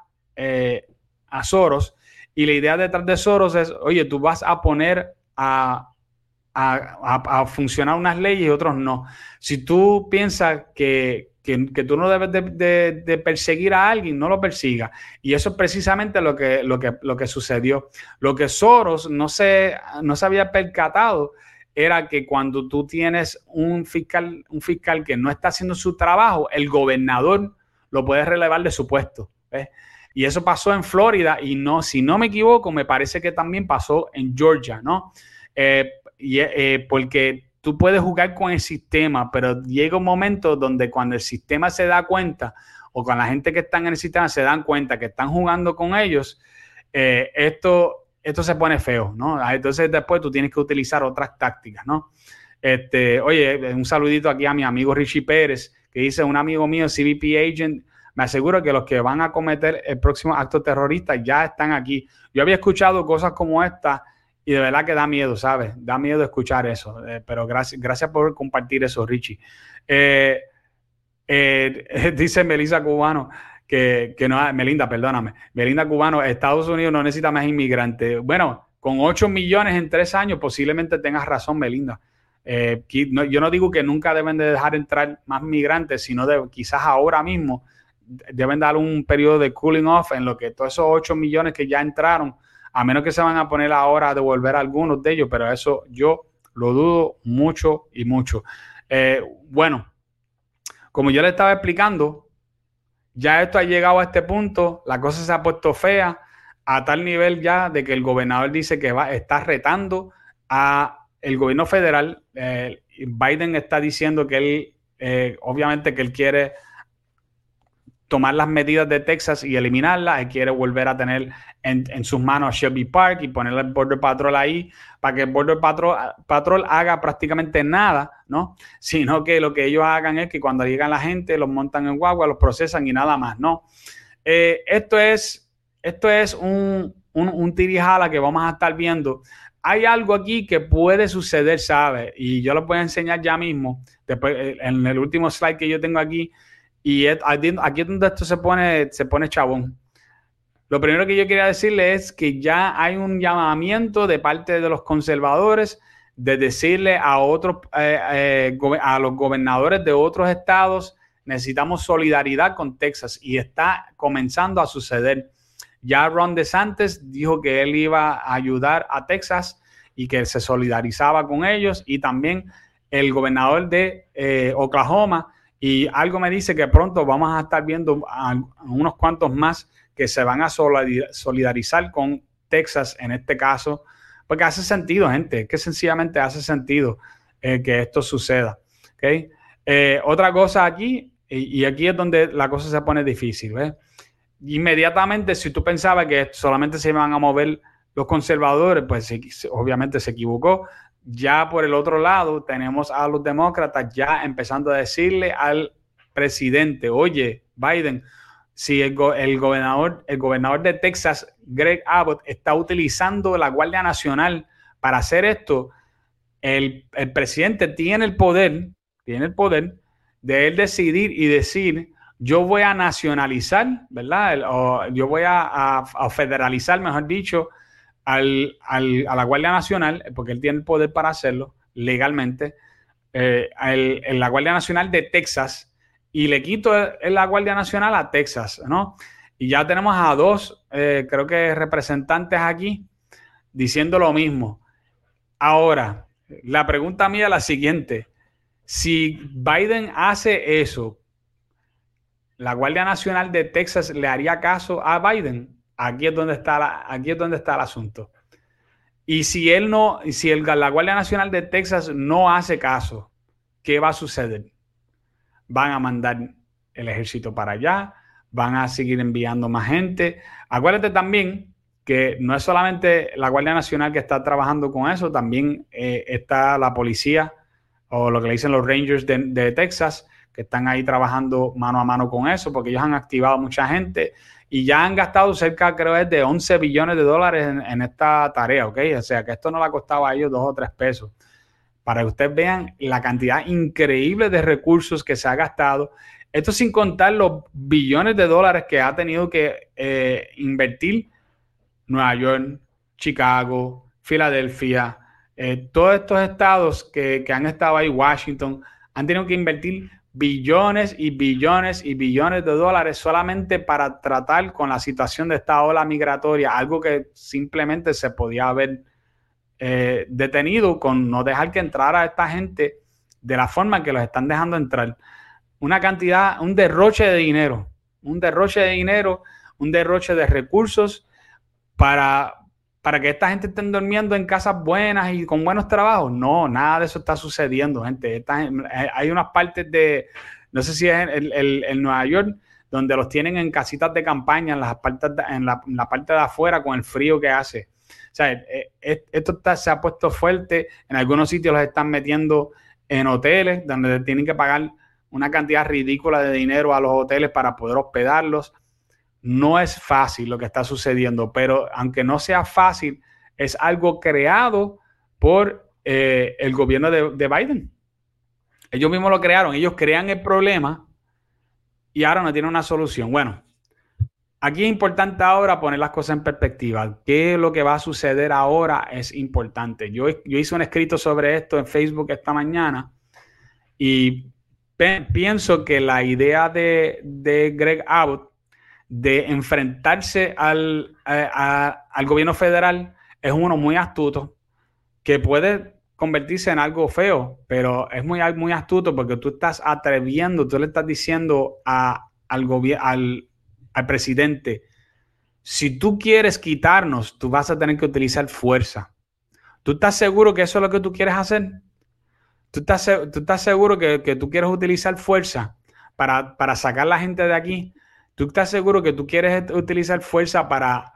S1: Soros. Y la idea detrás de Soros es, oye, tú vas a poner a a funcionar unas leyes y otros no. Si tú piensas que tú no debes de perseguir a alguien, no lo persigas. Y eso es precisamente lo que sucedió. Lo que Soros no se había percatado era que cuando tú tienes un fiscal que no está haciendo su trabajo, el gobernador lo puede relevar de su puesto. ¿Ves? Y eso pasó en Florida y no, si no me equivoco, me parece que también pasó en Georgia, ¿no? Porque tú puedes jugar con el sistema, pero llega un momento donde cuando el sistema se da cuenta o con la gente que está en el sistema se dan cuenta que están jugando con ellos, esto se pone feo, ¿no? Entonces después tú tienes que utilizar otras tácticas, ¿no? Oye, un saludito aquí a mi amigo Richie Pérez, que dice, un amigo mío, CBP agent, me aseguro que los que van a cometer el próximo acto terrorista ya están aquí. Yo había escuchado cosas como esta y de verdad que da miedo, ¿sabes? Da miedo escuchar eso. Pero gracias por compartir eso, Richie. Dice Melissa Cubano que no, Melinda, perdóname. Melinda Cubano, Estados Unidos no necesita más inmigrantes. Bueno, con 8 millones en 3 años, posiblemente tengas razón, Melinda. Yo no digo que nunca deben de dejar entrar más migrantes, sino quizás ahora mismo deben dar un periodo de cooling off en lo que todos esos 8 millones que ya entraron, a menos que se van a poner ahora a devolver a algunos de ellos, pero eso yo lo dudo mucho y mucho. Bueno, como yo le estaba explicando, ya esto ha llegado a este punto, la cosa se ha puesto fea a tal nivel ya de que el gobernador dice que está retando a el gobierno federal. Biden está diciendo que él, obviamente que él quiere tomar las medidas de Texas y eliminarlas. Él quiere volver a tener en sus manos a Shelby Park y ponerle el Border Patrol ahí para que el Border Patrol haga prácticamente nada, ¿no? Sino que lo que ellos hagan es que cuando llegan la gente, los montan en guagua, los procesan y nada más, ¿no? Esto es un tirijala que vamos a estar viendo. Hay algo aquí que puede suceder, ¿sabes? Y yo lo voy a enseñar ya mismo, después en el último slide que yo tengo aquí. Y aquí es donde esto se pone chabón. Lo primero que yo quería decirle es que ya hay un llamamiento de parte de los conservadores de decirle a los gobernadores de otros estados, necesitamos solidaridad con Texas, y está comenzando a suceder. Ya Ron DeSantis dijo que él iba a ayudar a Texas y que se solidarizaba con ellos, y también el gobernador de Oklahoma. Y algo me dice que pronto vamos a estar viendo a unos cuantos más que se van a solidarizar con Texas en este caso, porque hace sentido, gente, que sencillamente hace sentido que esto suceda. ¿Okay? Otra cosa aquí, y aquí es donde la cosa se pone difícil, ¿ves? Inmediatamente, si tú pensabas que solamente se iban a mover los conservadores, pues obviamente se equivocó. Ya por el otro lado tenemos a los demócratas ya empezando a decirle al presidente, oye, Biden, si el gobernador de Texas, Greg Abbott, está utilizando la Guardia Nacional para hacer esto, el presidente tiene el poder de él decidir y decir, yo voy a nacionalizar, ¿verdad? O yo voy a federalizar, mejor dicho, a la Guardia Nacional, porque él tiene el poder para hacerlo legalmente, la Guardia Nacional de Texas, y le quito la Guardia Nacional a Texas, ¿no? Y ya tenemos a dos, creo que representantes aquí, diciendo lo mismo. Ahora, la pregunta mía es la siguiente. Si Biden hace eso, ¿la Guardia Nacional de Texas le haría caso a Biden? Aquí es donde está el asunto. Y si la Guardia Nacional de Texas no hace caso, ¿qué va a suceder? Van a mandar el ejército para allá, van a seguir enviando más gente. Acuérdate también que no es solamente la Guardia Nacional que está trabajando con eso, también está la policía, o lo que le dicen los Rangers de Texas, que están ahí trabajando mano a mano con eso, porque ellos han activado mucha gente y ya han gastado cerca, creo, de $11 billones en esta tarea, ¿ok? O sea, que esto no le ha costado a ellos 2 o 3 pesos. Para que ustedes vean la cantidad increíble de recursos que se ha gastado. Esto sin contar los billones de dólares que ha tenido que invertir Nueva York, Chicago, Filadelfia, Todos estos estados que han estado ahí, Washington, han tenido que invertir billones y billones y billones de dólares solamente para tratar con la situación de esta ola migratoria, algo que simplemente se podía haber detenido con no dejar que entrara esta gente de la forma en que los están dejando entrar. Una cantidad, un derroche de dinero, un derroche de recursos para que esta gente esté durmiendo en casas buenas y con buenos trabajos. No, nada de eso está sucediendo, gente. Hay unas partes de, no sé si es en Nueva York, donde los tienen en casitas de campaña, en la parte de afuera con el frío que hace. O sea, esto se ha puesto fuerte. En algunos sitios los están metiendo en hoteles, donde tienen que pagar una cantidad ridícula de dinero a los hoteles para poder hospedarlos. No es fácil lo que está sucediendo, pero aunque no sea fácil, es algo creado por el gobierno de Biden. Ellos mismos lo crearon, ellos crean el problema y ahora no tienen una solución. Bueno, aquí es importante ahora poner las cosas en perspectiva. ¿Qué es lo que va a suceder ahora? Es importante. Yo hice un escrito sobre esto en Facebook esta mañana y pienso que la idea de Greg Abbott de enfrentarse al gobierno federal es uno muy astuto, que puede convertirse en algo feo, pero es muy, muy astuto porque tú estás atreviendo, tú le estás diciendo al presidente, si tú quieres quitarnos, tú vas a tener que utilizar fuerza. ¿Tú estás seguro que eso es lo que tú quieres hacer? ¿Tú estás seguro que tú quieres utilizar fuerza para sacar a la gente de aquí? ¿Tú estás seguro que tú quieres utilizar fuerza para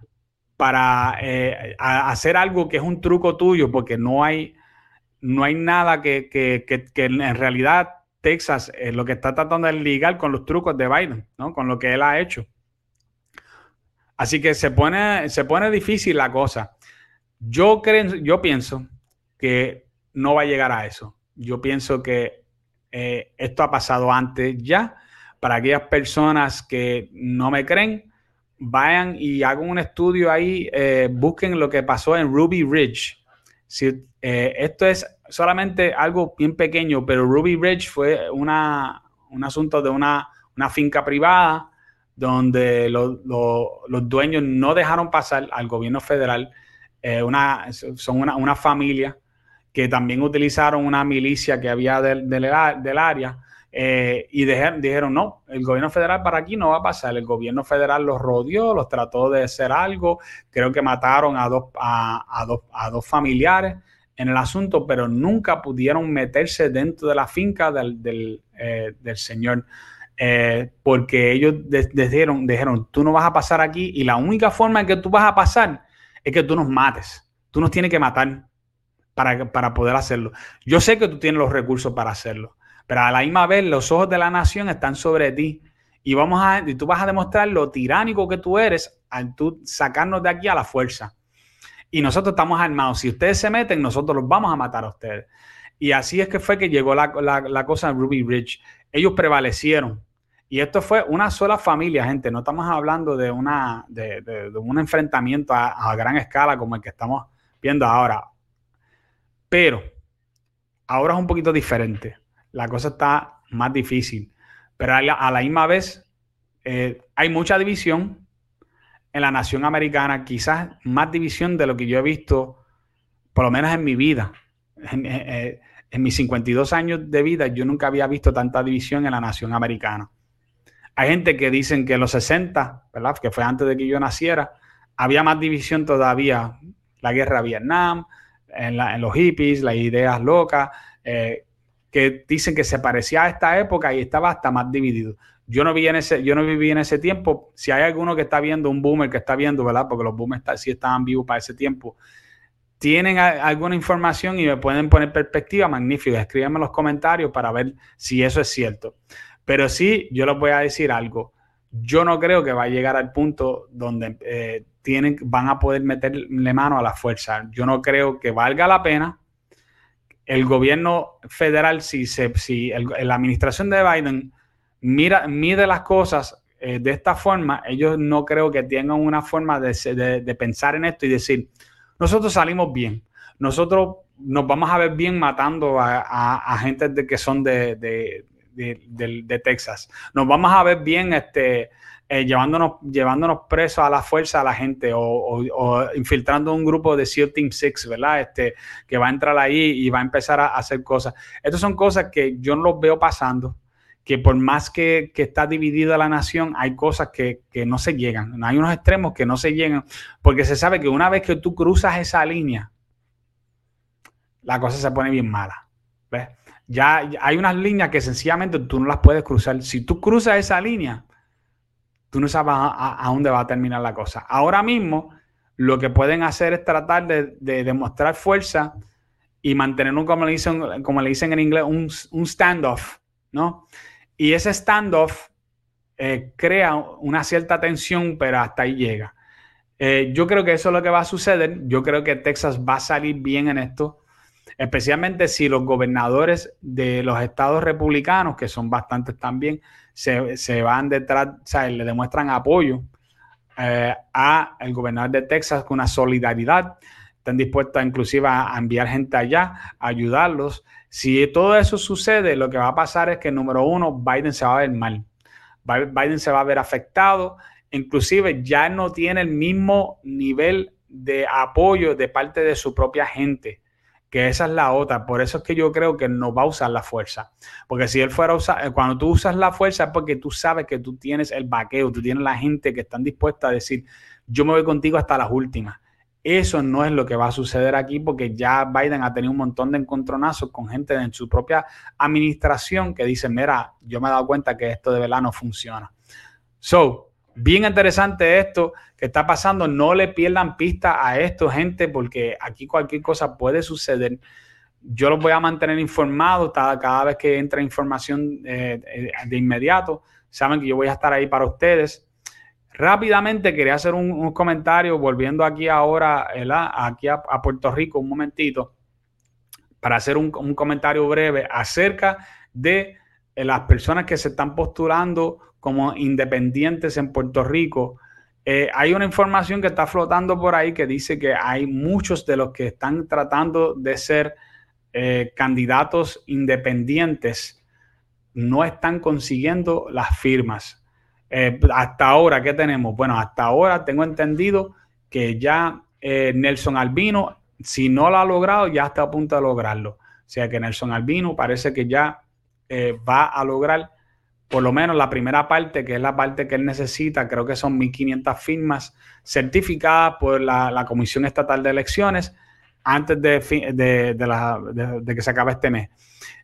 S1: hacer algo que es un truco tuyo? Porque no hay nada que en realidad Texas lo que está tratando de ligar con los trucos de Biden, ¿no? Con lo que él ha hecho. Así que se pone difícil la cosa. Yo pienso que no va a llegar a eso. Yo pienso que esto ha pasado antes ya. Para aquellas personas que no me creen, vayan y hagan un estudio ahí, busquen lo que pasó en Ruby Ridge. Esto es solamente algo bien pequeño, pero Ruby Ridge fue un asunto de una finca privada donde los dueños no dejaron pasar al gobierno federal. Son una familia que también utilizaron una milicia que había del área. Y dijeron, no, el gobierno federal para aquí no va a pasar. El gobierno federal los rodeó, los trató de hacer algo. Creo que mataron a dos familiares en el asunto, pero nunca pudieron meterse dentro de la finca del señor. Porque ellos dijeron, tú no vas a pasar aquí y la única forma en que tú vas a pasar es que tú nos mates. Tú nos tienes que matar para poder hacerlo. Yo sé que tú tienes los recursos para hacerlo, pero a la misma vez los ojos de la nación están sobre ti y tú vas a demostrar lo tiránico que tú eres al tú sacarnos de aquí a la fuerza. Y nosotros estamos armados. Si ustedes se meten, nosotros los vamos a matar a ustedes. Y así es que fue que llegó la cosa en Ruby Ridge. Ellos prevalecieron. Y esto fue una sola familia, gente. No estamos hablando de un enfrentamiento a gran escala como el que estamos viendo ahora. Pero ahora es un poquito diferente. La cosa está más difícil. Pero a la misma vez hay mucha división en la nación americana. Quizás más división de lo que yo he visto, por lo menos en mi vida. En mis 52 años de vida, yo nunca había visto tanta división en la nación americana. Hay gente que dicen que en los 60, ¿verdad?, que fue antes de que yo naciera, había más división todavía. La guerra de Vietnam, en los hippies, las ideas locas, que dicen que se parecía a esta época y estaba hasta más dividido. Yo no viví en ese tiempo. Si hay alguno que está viendo, un boomer que está viendo, ¿verdad?, porque los boomers sí estaban vivos para ese tiempo, tienen alguna información y me pueden poner perspectiva, magnífico. Escríbanme en los comentarios para ver si eso es cierto. Pero sí, yo les voy a decir algo. Yo no creo que va a llegar al punto donde van a poder meterle mano a la fuerza. Yo no creo que valga la pena. El gobierno federal, si la administración de Biden mide las cosas de esta forma, ellos no creo que tengan una forma de pensar en esto y decir, nosotros salimos bien. nosotros nos vamos a ver bien matando a gente que son de Texas. Nos vamos a ver bien llevándonos presos a la fuerza a la gente o infiltrando un grupo de SEAL Team 6, ¿verdad? Que va a entrar ahí y va a empezar a hacer cosas. Estas son cosas que yo no los veo pasando, que por más que está dividida la nación, hay cosas que no se llegan. Hay unos extremos que no se llegan, porque se sabe que una vez que tú cruzas esa línea, la cosa se pone bien mala. ¿Ves? Ya hay unas líneas que sencillamente tú no las puedes cruzar. Si tú cruzas esa línea, tú no sabes a dónde va a terminar la cosa. Ahora mismo, lo que pueden hacer es tratar de demostrar fuerza y mantener como le dicen en inglés, un standoff, ¿no? Y ese standoff crea una cierta tensión, pero hasta ahí llega. Yo creo que eso es lo que va a suceder. Yo creo que Texas va a salir bien en esto, especialmente si los gobernadores de los estados republicanos, que son bastantes también, se van detrás, o sea, le demuestran apoyo a el gobernador de Texas con una solidaridad. Están dispuestos inclusive a enviar gente allá, a ayudarlos. Si todo eso sucede, lo que va a pasar es que, número uno, Biden se va a ver mal. Biden se va a ver afectado. Inclusive ya no tiene el mismo nivel de apoyo de parte de su propia gente, que esa es la otra. Por eso es que yo creo que no va a usar la fuerza. Porque si él fuera a usar, cuando tú usas la fuerza es porque tú sabes que tú tienes el vaqueo, tú tienes la gente que están dispuesta a decir, yo me voy contigo hasta las últimas. Eso no es lo que va a suceder aquí, porque ya Biden ha tenido un montón de encontronazos con gente en su propia administración que dice, mira, yo me he dado cuenta que esto de verdad no funciona. So, bien interesante esto que está pasando. No le pierdan pista a esto, gente, porque aquí cualquier cosa puede suceder. Yo los voy a mantener informados cada vez que entra información de inmediato. Saben que yo voy a estar ahí para ustedes. Rápidamente quería hacer un comentario, volviendo aquí ahora, aquí a Puerto Rico, un momentito, para hacer un comentario breve acerca de las personas que se están postulando como independientes en Puerto Rico. Hay una información que está flotando por ahí que dice que hay muchos de los que están tratando de ser candidatos independientes no están consiguiendo las firmas. Hasta ahora, ¿qué tenemos? Bueno, hasta ahora tengo entendido que ya Nelson Albino, si no lo ha logrado, ya está a punto de lograrlo. O sea que Nelson Albino parece que ya va a lograr por lo menos la primera parte, que es la parte que él necesita. Creo que son 1.500 firmas certificadas por la Comisión Estatal de Elecciones antes de que se acabe este mes.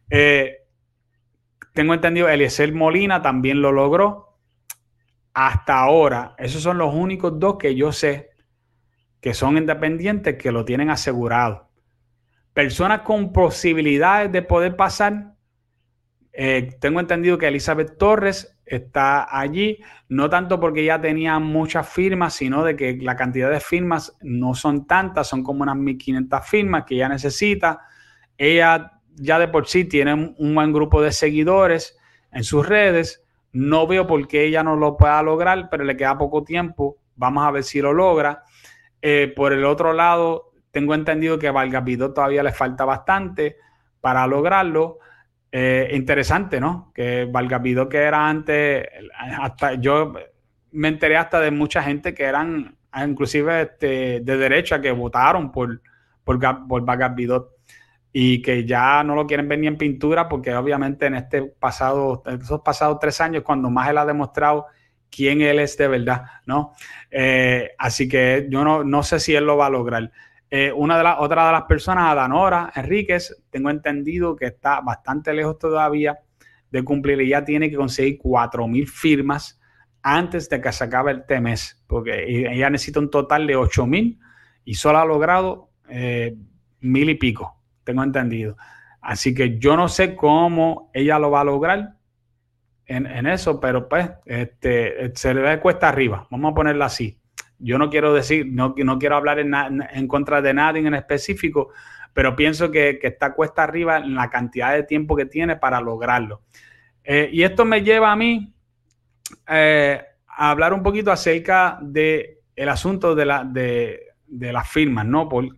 S1: Tengo entendido, Eliezer Molina también lo logró. Hasta ahora, esos son los únicos dos que yo sé que son independientes que lo tienen asegurado. Personas con posibilidades de poder pasar, tengo entendido que Elizabeth Torres está allí, no tanto porque ya tenía muchas firmas, sino de que la cantidad de firmas no son tantas, son como unas 1.500 firmas que ella necesita. Ella ya de por sí tiene un buen grupo de seguidores en sus redes. No veo por qué ella no lo pueda lograr, pero le queda poco tiempo. Vamos a ver si lo logra. Por el otro lado, tengo entendido que a Vargas Vidot todavía le falta bastante para lograrlo. Interesante, ¿no? Que Vargas Vidot, que era antes, hasta yo me enteré hasta de mucha gente que eran inclusive de derecha que votaron por Vargas Vidot y que ya no lo quieren ver ni en pintura, porque obviamente en esos pasados 3 años, cuando más él ha demostrado quién él es de verdad, ¿no? Así que yo no sé si él lo va a lograr. Otra de las personas, Adanora Enríquez, tengo entendido que está bastante lejos todavía de cumplir y ya tiene que conseguir 4.000 firmas antes de que se acabe este mes, porque ella necesita un total de 8.000 y solo ha logrado 1.000 y pico, tengo entendido. Así que yo no sé cómo ella lo va a lograr en eso, pero pues se le ve cuesta arriba, vamos a ponerlo así. Yo no quiero decir, no quiero hablar en contra de nadie en específico, pero pienso que está cuesta arriba en la cantidad de tiempo que tiene para lograrlo. Y esto me lleva a mí a hablar un poquito acerca del asunto de las firmas, ¿no?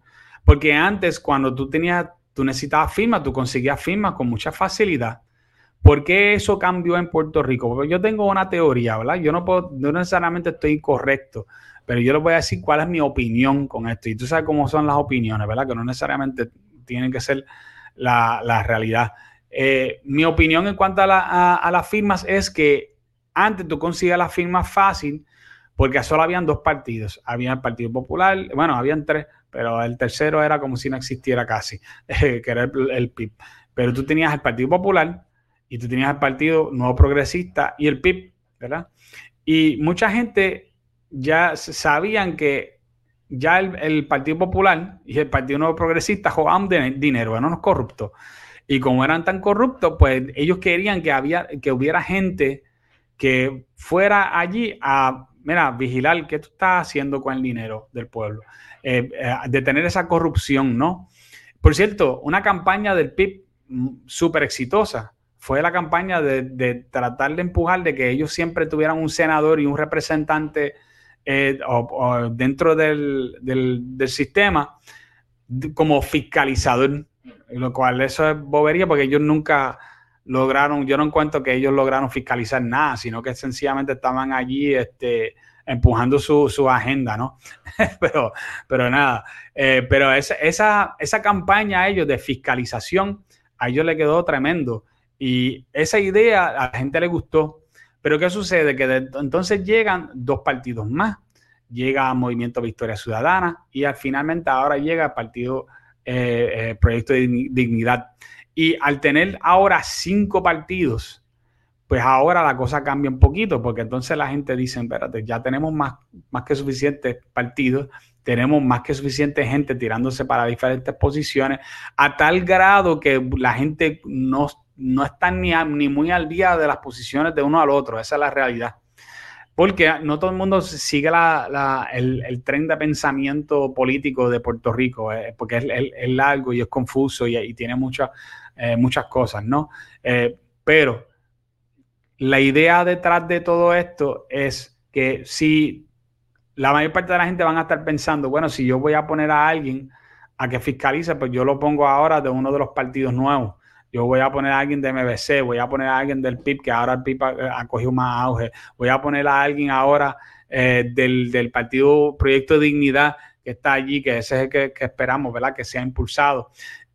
S1: Porque antes, cuando tú necesitabas firmas, tú conseguías firmas con mucha facilidad. ¿Por qué eso cambió en Puerto Rico? Porque yo tengo una teoría, ¿verdad? Yo no necesariamente estoy incorrecto, pero yo les voy a decir cuál es mi opinión con esto. Y tú sabes cómo son las opiniones, ¿verdad? Que no necesariamente tienen que ser la realidad. Mi opinión en cuanto a las firmas es que antes tú conseguías las firmas fácil porque solo habían dos partidos. Había el Partido Popular, bueno, habían tres, pero el tercero era como si no existiera casi, que era el PIB. Pero tú tenías el Partido Popular y tú tenías el Partido Nuevo Progresista y el PIB, ¿verdad? Y mucha gente ya sabían que ya el Partido Popular y el Partido Nuevo Progresista jugaban dinero, eran unos corruptos. Y como eran tan corruptos, pues ellos querían que hubiera gente que fuera allí a, mira, vigilar qué tú estás haciendo con el dinero del pueblo, detener esa corrupción, ¿no? Por cierto, una campaña del PIB súper exitosa fue la campaña de tratar de empujar de que ellos siempre tuvieran un senador y un representante o dentro del sistema como fiscalizador, lo cual eso es bobería porque ellos nunca lograron, yo no encuentro que ellos lograron fiscalizar nada, sino que sencillamente estaban allí empujando su agenda, ¿no? pero nada, pero esa campaña a ellos de fiscalización, a ellos le quedó tremendo. Y esa idea a la gente le gustó. Pero ¿qué sucede? Que entonces llegan dos partidos más. Llega Movimiento Victoria Ciudadana y finalmente ahora llega el partido Proyecto de Dignidad. Y al tener ahora 5 partidos, pues ahora la cosa cambia un poquito, porque entonces la gente dice, espérate, ya tenemos más que suficientes partidos, tenemos más que suficiente gente tirándose para diferentes posiciones, a tal grado que la gente no está ni muy al día de las posiciones de uno al otro. Esa es la realidad. Porque no todo el mundo sigue el tren de pensamiento político de Puerto Rico, porque es largo y es confuso y tiene muchas cosas, ¿no? Pero la idea detrás de todo esto es que si la mayor parte de la gente van a estar pensando, bueno, si yo voy a poner a alguien a que fiscalice, pues yo lo pongo ahora de uno de los partidos nuevos. Yo voy a poner a alguien de MBC, voy a poner a alguien del PIB, que ahora el PIB ha cogido más auge. Voy a poner a alguien ahora del partido Proyecto de Dignidad, que está allí, que ese es el que esperamos, ¿verdad? Que sea impulsado.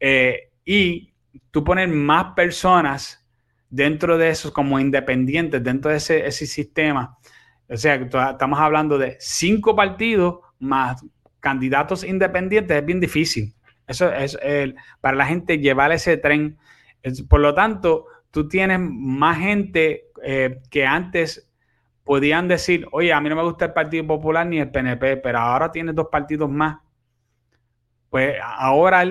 S1: Y tú pones más personas dentro de esos como independientes, dentro de ese sistema. O sea, estamos hablando de 5 partidos más candidatos independientes, es bien difícil. Eso es para la gente llevar ese tren. Por lo tanto, tú tienes más gente que antes podían decir, oye, a mí no me gusta el Partido Popular ni el PNP, pero ahora tienes 2 partidos más. Pues ahora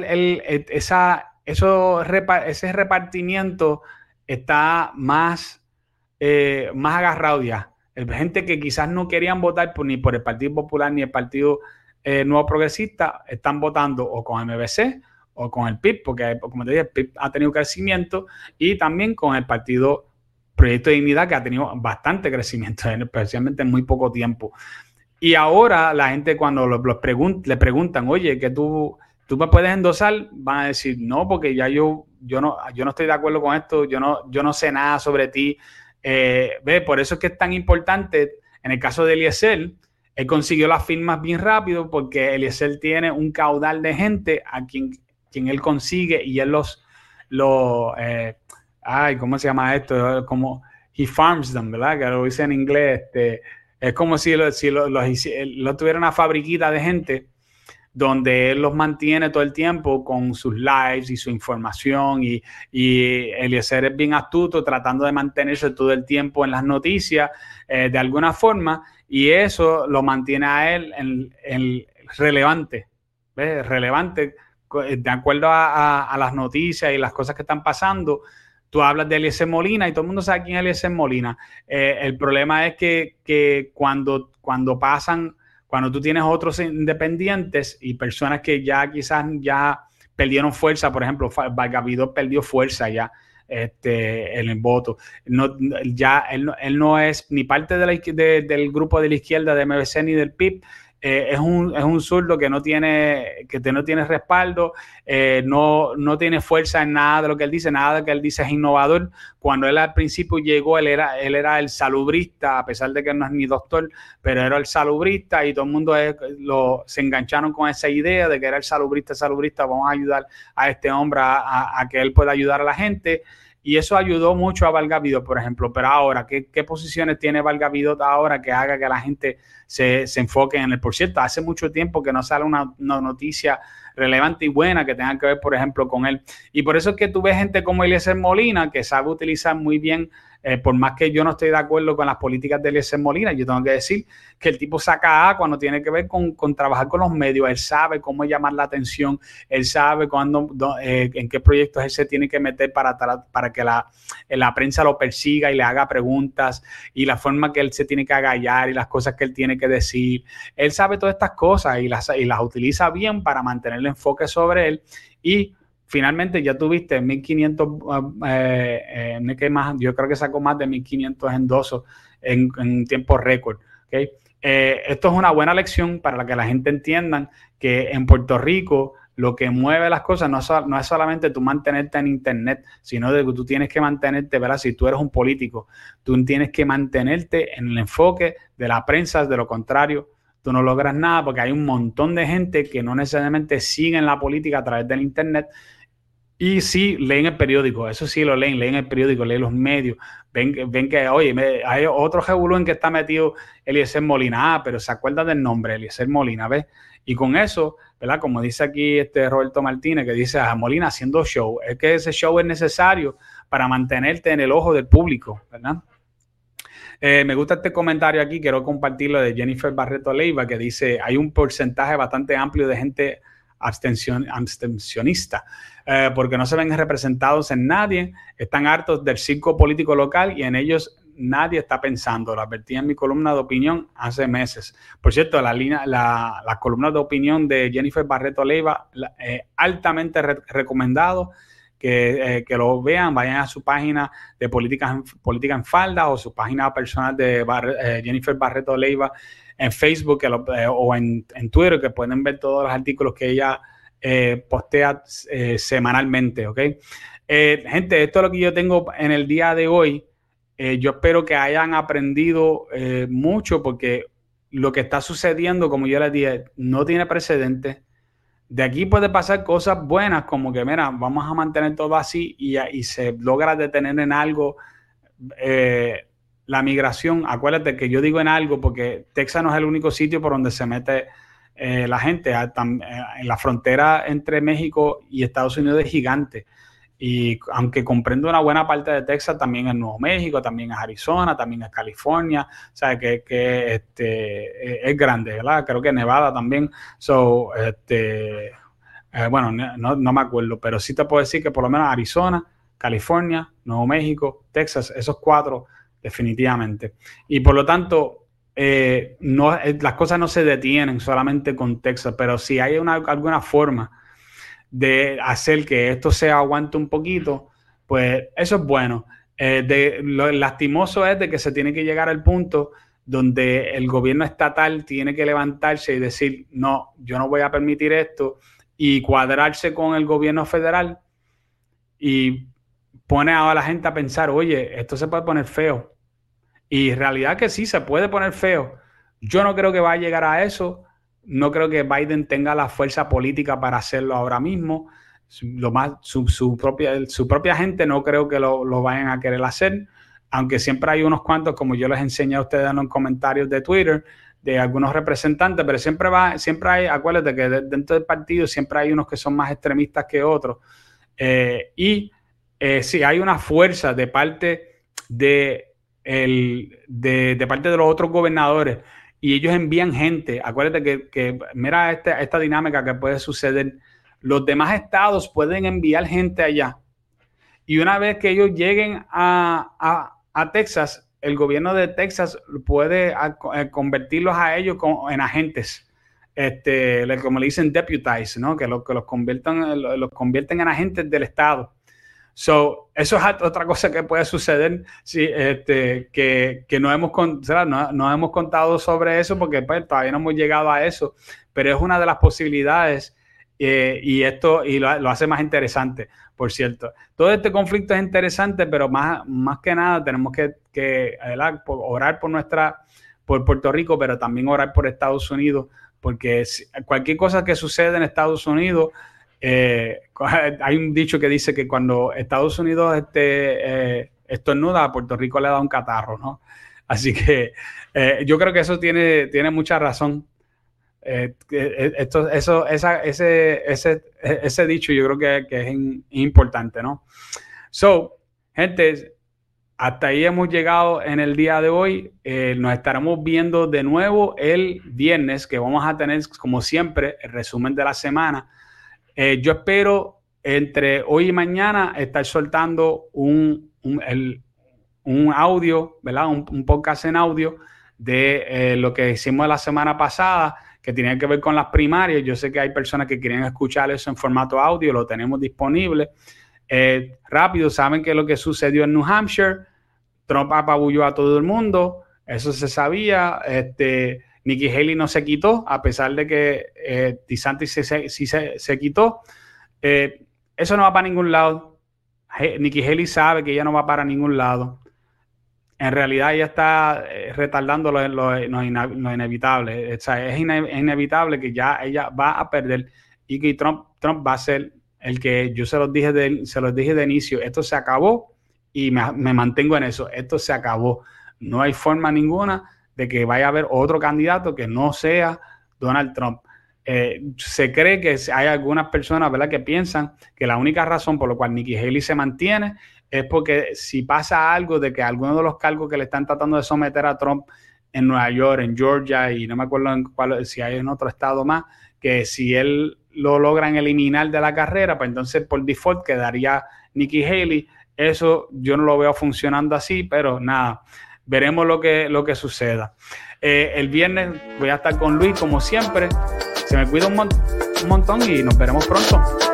S1: ese repartimiento está más agarrado ya. Gente que quizás no querían votar ni por el Partido Popular ni el Partido Nuevo Progresista, están votando o con MBC o con el PIB, porque como te dije, el PIB ha tenido crecimiento, y también con el Partido Proyecto de Dignidad, que ha tenido bastante crecimiento, especialmente en muy poco tiempo. Y ahora la gente cuando le preguntan, oye, que tú me puedes endosar, van a decir, no, porque ya yo no estoy de acuerdo con esto, yo no sé nada sobre ti. Por eso es que es tan importante, en el caso de Eliezer, él consiguió las firmas bien rápido porque Eliezer tiene un caudal de gente a quien él consigue y él ¿cómo se llama esto? Como he farms them, ¿verdad? Que lo dice en inglés. Es como si lo tuviera una fabriquita de gente donde él los mantiene todo el tiempo con sus lives y su información, y Eliezer es bien astuto tratando de mantenerse todo el tiempo en las noticias de alguna forma, y eso lo mantiene a él en relevante, ¿ves? Relevante de acuerdo a las noticias y las cosas que están pasando. Tú hablas de Eliezer Molina y todo el mundo sabe quién es Eliezer Molina. El problema es que cuando tú tienes otros independientes y personas que ya quizás ya perdieron fuerza, por ejemplo, Vargas Vidal perdió fuerza ya en el voto. Él no es ni parte del grupo de la izquierda de MBC ni del PIB, es un zurdo que no tiene respaldo, no tiene fuerza en nada de lo que él dice, nada de lo que él dice es innovador. Cuando él al principio llegó, él era el salubrista, a pesar de que no es ni doctor, pero era el salubrista y todo el mundo se engancharon con esa idea de que era el salubrista, vamos a ayudar a este hombre a que él pueda ayudar a la gente. Y eso ayudó mucho a Val Gavidot, por ejemplo. Pero ahora, ¿qué posiciones tiene Val Gavidot ahora que haga que la gente se enfoque en él? Por cierto, hace mucho tiempo que no sale una noticia relevante y buena que tenga que ver, por ejemplo, con él. Y por eso es que tú ves gente como Eliezer Molina, que sabe utilizar muy bien, por más que yo no estoy de acuerdo con las políticas de Eliezer Molina, yo tengo que decir que el tipo saca A cuando tiene que ver con trabajar con los medios. Él sabe cómo llamar la atención, él sabe en qué proyectos él se tiene que meter para que la prensa lo persiga y le haga preguntas, y la forma que él se tiene que agallar y las cosas que él tiene que decir. Él sabe todas estas cosas y las utiliza bien para mantener el enfoque sobre él. Y finalmente ya tuviste 1500, yo creo que sacó más de 1500 endosos en tiempo récord. ¿Okay? Esto es una buena lección para que la gente entienda que en Puerto Rico lo que mueve las cosas no es solamente tú mantenerte en internet, sino de que tú tienes que mantenerte, ¿verdad? Si tú eres un político, tú tienes que mantenerte en el enfoque de la prensa. De lo contrario, tú no logras nada, porque hay un montón de gente que no necesariamente siguen la política a través del internet. Y sí, leen el periódico, eso sí lo leen el periódico, leen los medios, ven que, oye, hay otro revolú en que está metido Eliezer Molina, pero se acuerdan del nombre, Eliezer Molina, ¿ves? Y con eso, ¿verdad? Como dice aquí Roberto Martínez, que dice a Molina haciendo show, es que ese show es necesario para mantenerte en el ojo del público, ¿verdad? Me gusta este comentario aquí, quiero compartirlo, de Jennifer Barreto Leiva, que dice, hay un porcentaje bastante amplio de gente abstencionista, porque no se ven representados en nadie, están hartos del circo político local y en ellos nadie está pensando. Lo advertí en mi columna de opinión hace meses. Por cierto, la columna de opinión de Jennifer Barreto Leiva, altamente recomendado. Que lo vean, vayan a su página de Política en Falda o su página personal de Jennifer Barreto Leiva en Facebook o en Twitter, que pueden ver todos los artículos que ella postea semanalmente, ¿ok? Gente, esto es lo que yo tengo en el día de hoy. Yo espero que hayan aprendido mucho, porque lo que está sucediendo, como yo les dije, no tiene precedentes. De aquí puede pasar cosas buenas, como que, mira, vamos a mantener todo así y se logra detener en algo la migración. Acuérdate que yo digo en algo porque Texas no es el único sitio por donde se mete la gente. En la frontera entre México y Estados Unidos es gigante. Y aunque comprendo una buena parte de Texas, también es Nuevo México, también es Arizona, también es California, o sea, que es grande, ¿verdad? Creo que Nevada también. Bueno, no me acuerdo, pero sí te puedo decir que por lo menos Arizona, California, Nuevo México, Texas, esos 4 definitivamente. Y por lo tanto, las cosas no se detienen solamente con Texas, pero si hay alguna forma de hacer que esto se aguante un poquito, pues eso es bueno. Lo lastimoso es de que se tiene que llegar al punto donde el gobierno estatal tiene que levantarse y decir, no, yo no voy a permitir esto, y cuadrarse con el gobierno federal y pone a la gente a pensar, oye, esto se puede poner feo. Y en realidad que sí, se puede poner feo. Yo no creo que va a llegar a eso. No creo que Biden tenga la fuerza política para hacerlo ahora mismo. Su propia gente no creo que lo vayan a querer hacer, aunque siempre hay unos cuantos, como yo les enseñé a ustedes en los comentarios de Twitter, de algunos representantes, pero siempre hay, acuérdate que dentro del partido siempre hay unos que son más extremistas que otros. Sí, hay una fuerza de parte de parte de los otros gobernadores, y ellos envían gente. Acuérdate que mira esta dinámica que puede suceder. Los demás estados pueden enviar gente allá, y una vez que ellos lleguen a Texas, el gobierno de Texas puede convertirlos a ellos en agentes, como le dicen deputize, ¿no? Que los convierten en agentes del estado. Eso es otra cosa que puede suceder, sí, que no hemos contado sobre eso porque pues, todavía no hemos llegado a eso, pero es una de las posibilidades y lo hace más interesante, por cierto. Todo este conflicto es interesante, pero más que nada tenemos que orar por Puerto Rico, pero también orar por Estados Unidos, porque cualquier cosa que suceda en Estados Unidos, hay un dicho que dice que cuando Estados Unidos estornuda, a Puerto Rico le da un catarro, ¿no? Así que yo creo que eso tiene mucha razón. Ese dicho yo creo que es importante, ¿no? Gente, hasta ahí hemos llegado en el día de hoy. Nos estaremos viendo de nuevo el viernes, que vamos a tener, como siempre, el resumen de la semana. Yo espero entre hoy y mañana estar soltando un audio, ¿verdad? Un podcast en audio de lo que hicimos la semana pasada, que tenía que ver con las primarias. Yo sé que hay personas que quieren escuchar eso en formato audio, lo tenemos disponible. Rápido, saben que lo que sucedió en New Hampshire, Trump apabulló a todo el mundo, eso se sabía. Nikki Haley no se quitó, a pesar de que DeSantis sí se quitó. Eso no va para ningún lado. Nikki Haley sabe que ella no va para ningún lado. En realidad ella está retardando lo inevitable. O sea, es inevitable que ya ella va a perder y que Trump va a ser el que yo se los dije de inicio. Esto se acabó y me mantengo en eso. Esto se acabó. No hay forma ninguna de que vaya a haber otro candidato que no sea Donald Trump. Se cree que hay algunas personas, ¿verdad?, que piensan que la única razón por la cual Nikki Haley se mantiene es porque si pasa algo de que alguno de los cargos que le están tratando de someter a Trump en Nueva York, en Georgia y no me acuerdo si hay en otro estado más, que si él lo logran eliminar de la carrera, pues entonces por default quedaría Nikki Haley. Eso yo no lo veo funcionando así, pero nada, veremos lo que suceda. El viernes voy a estar con Luis como siempre. Se me cuida un montón y nos veremos pronto.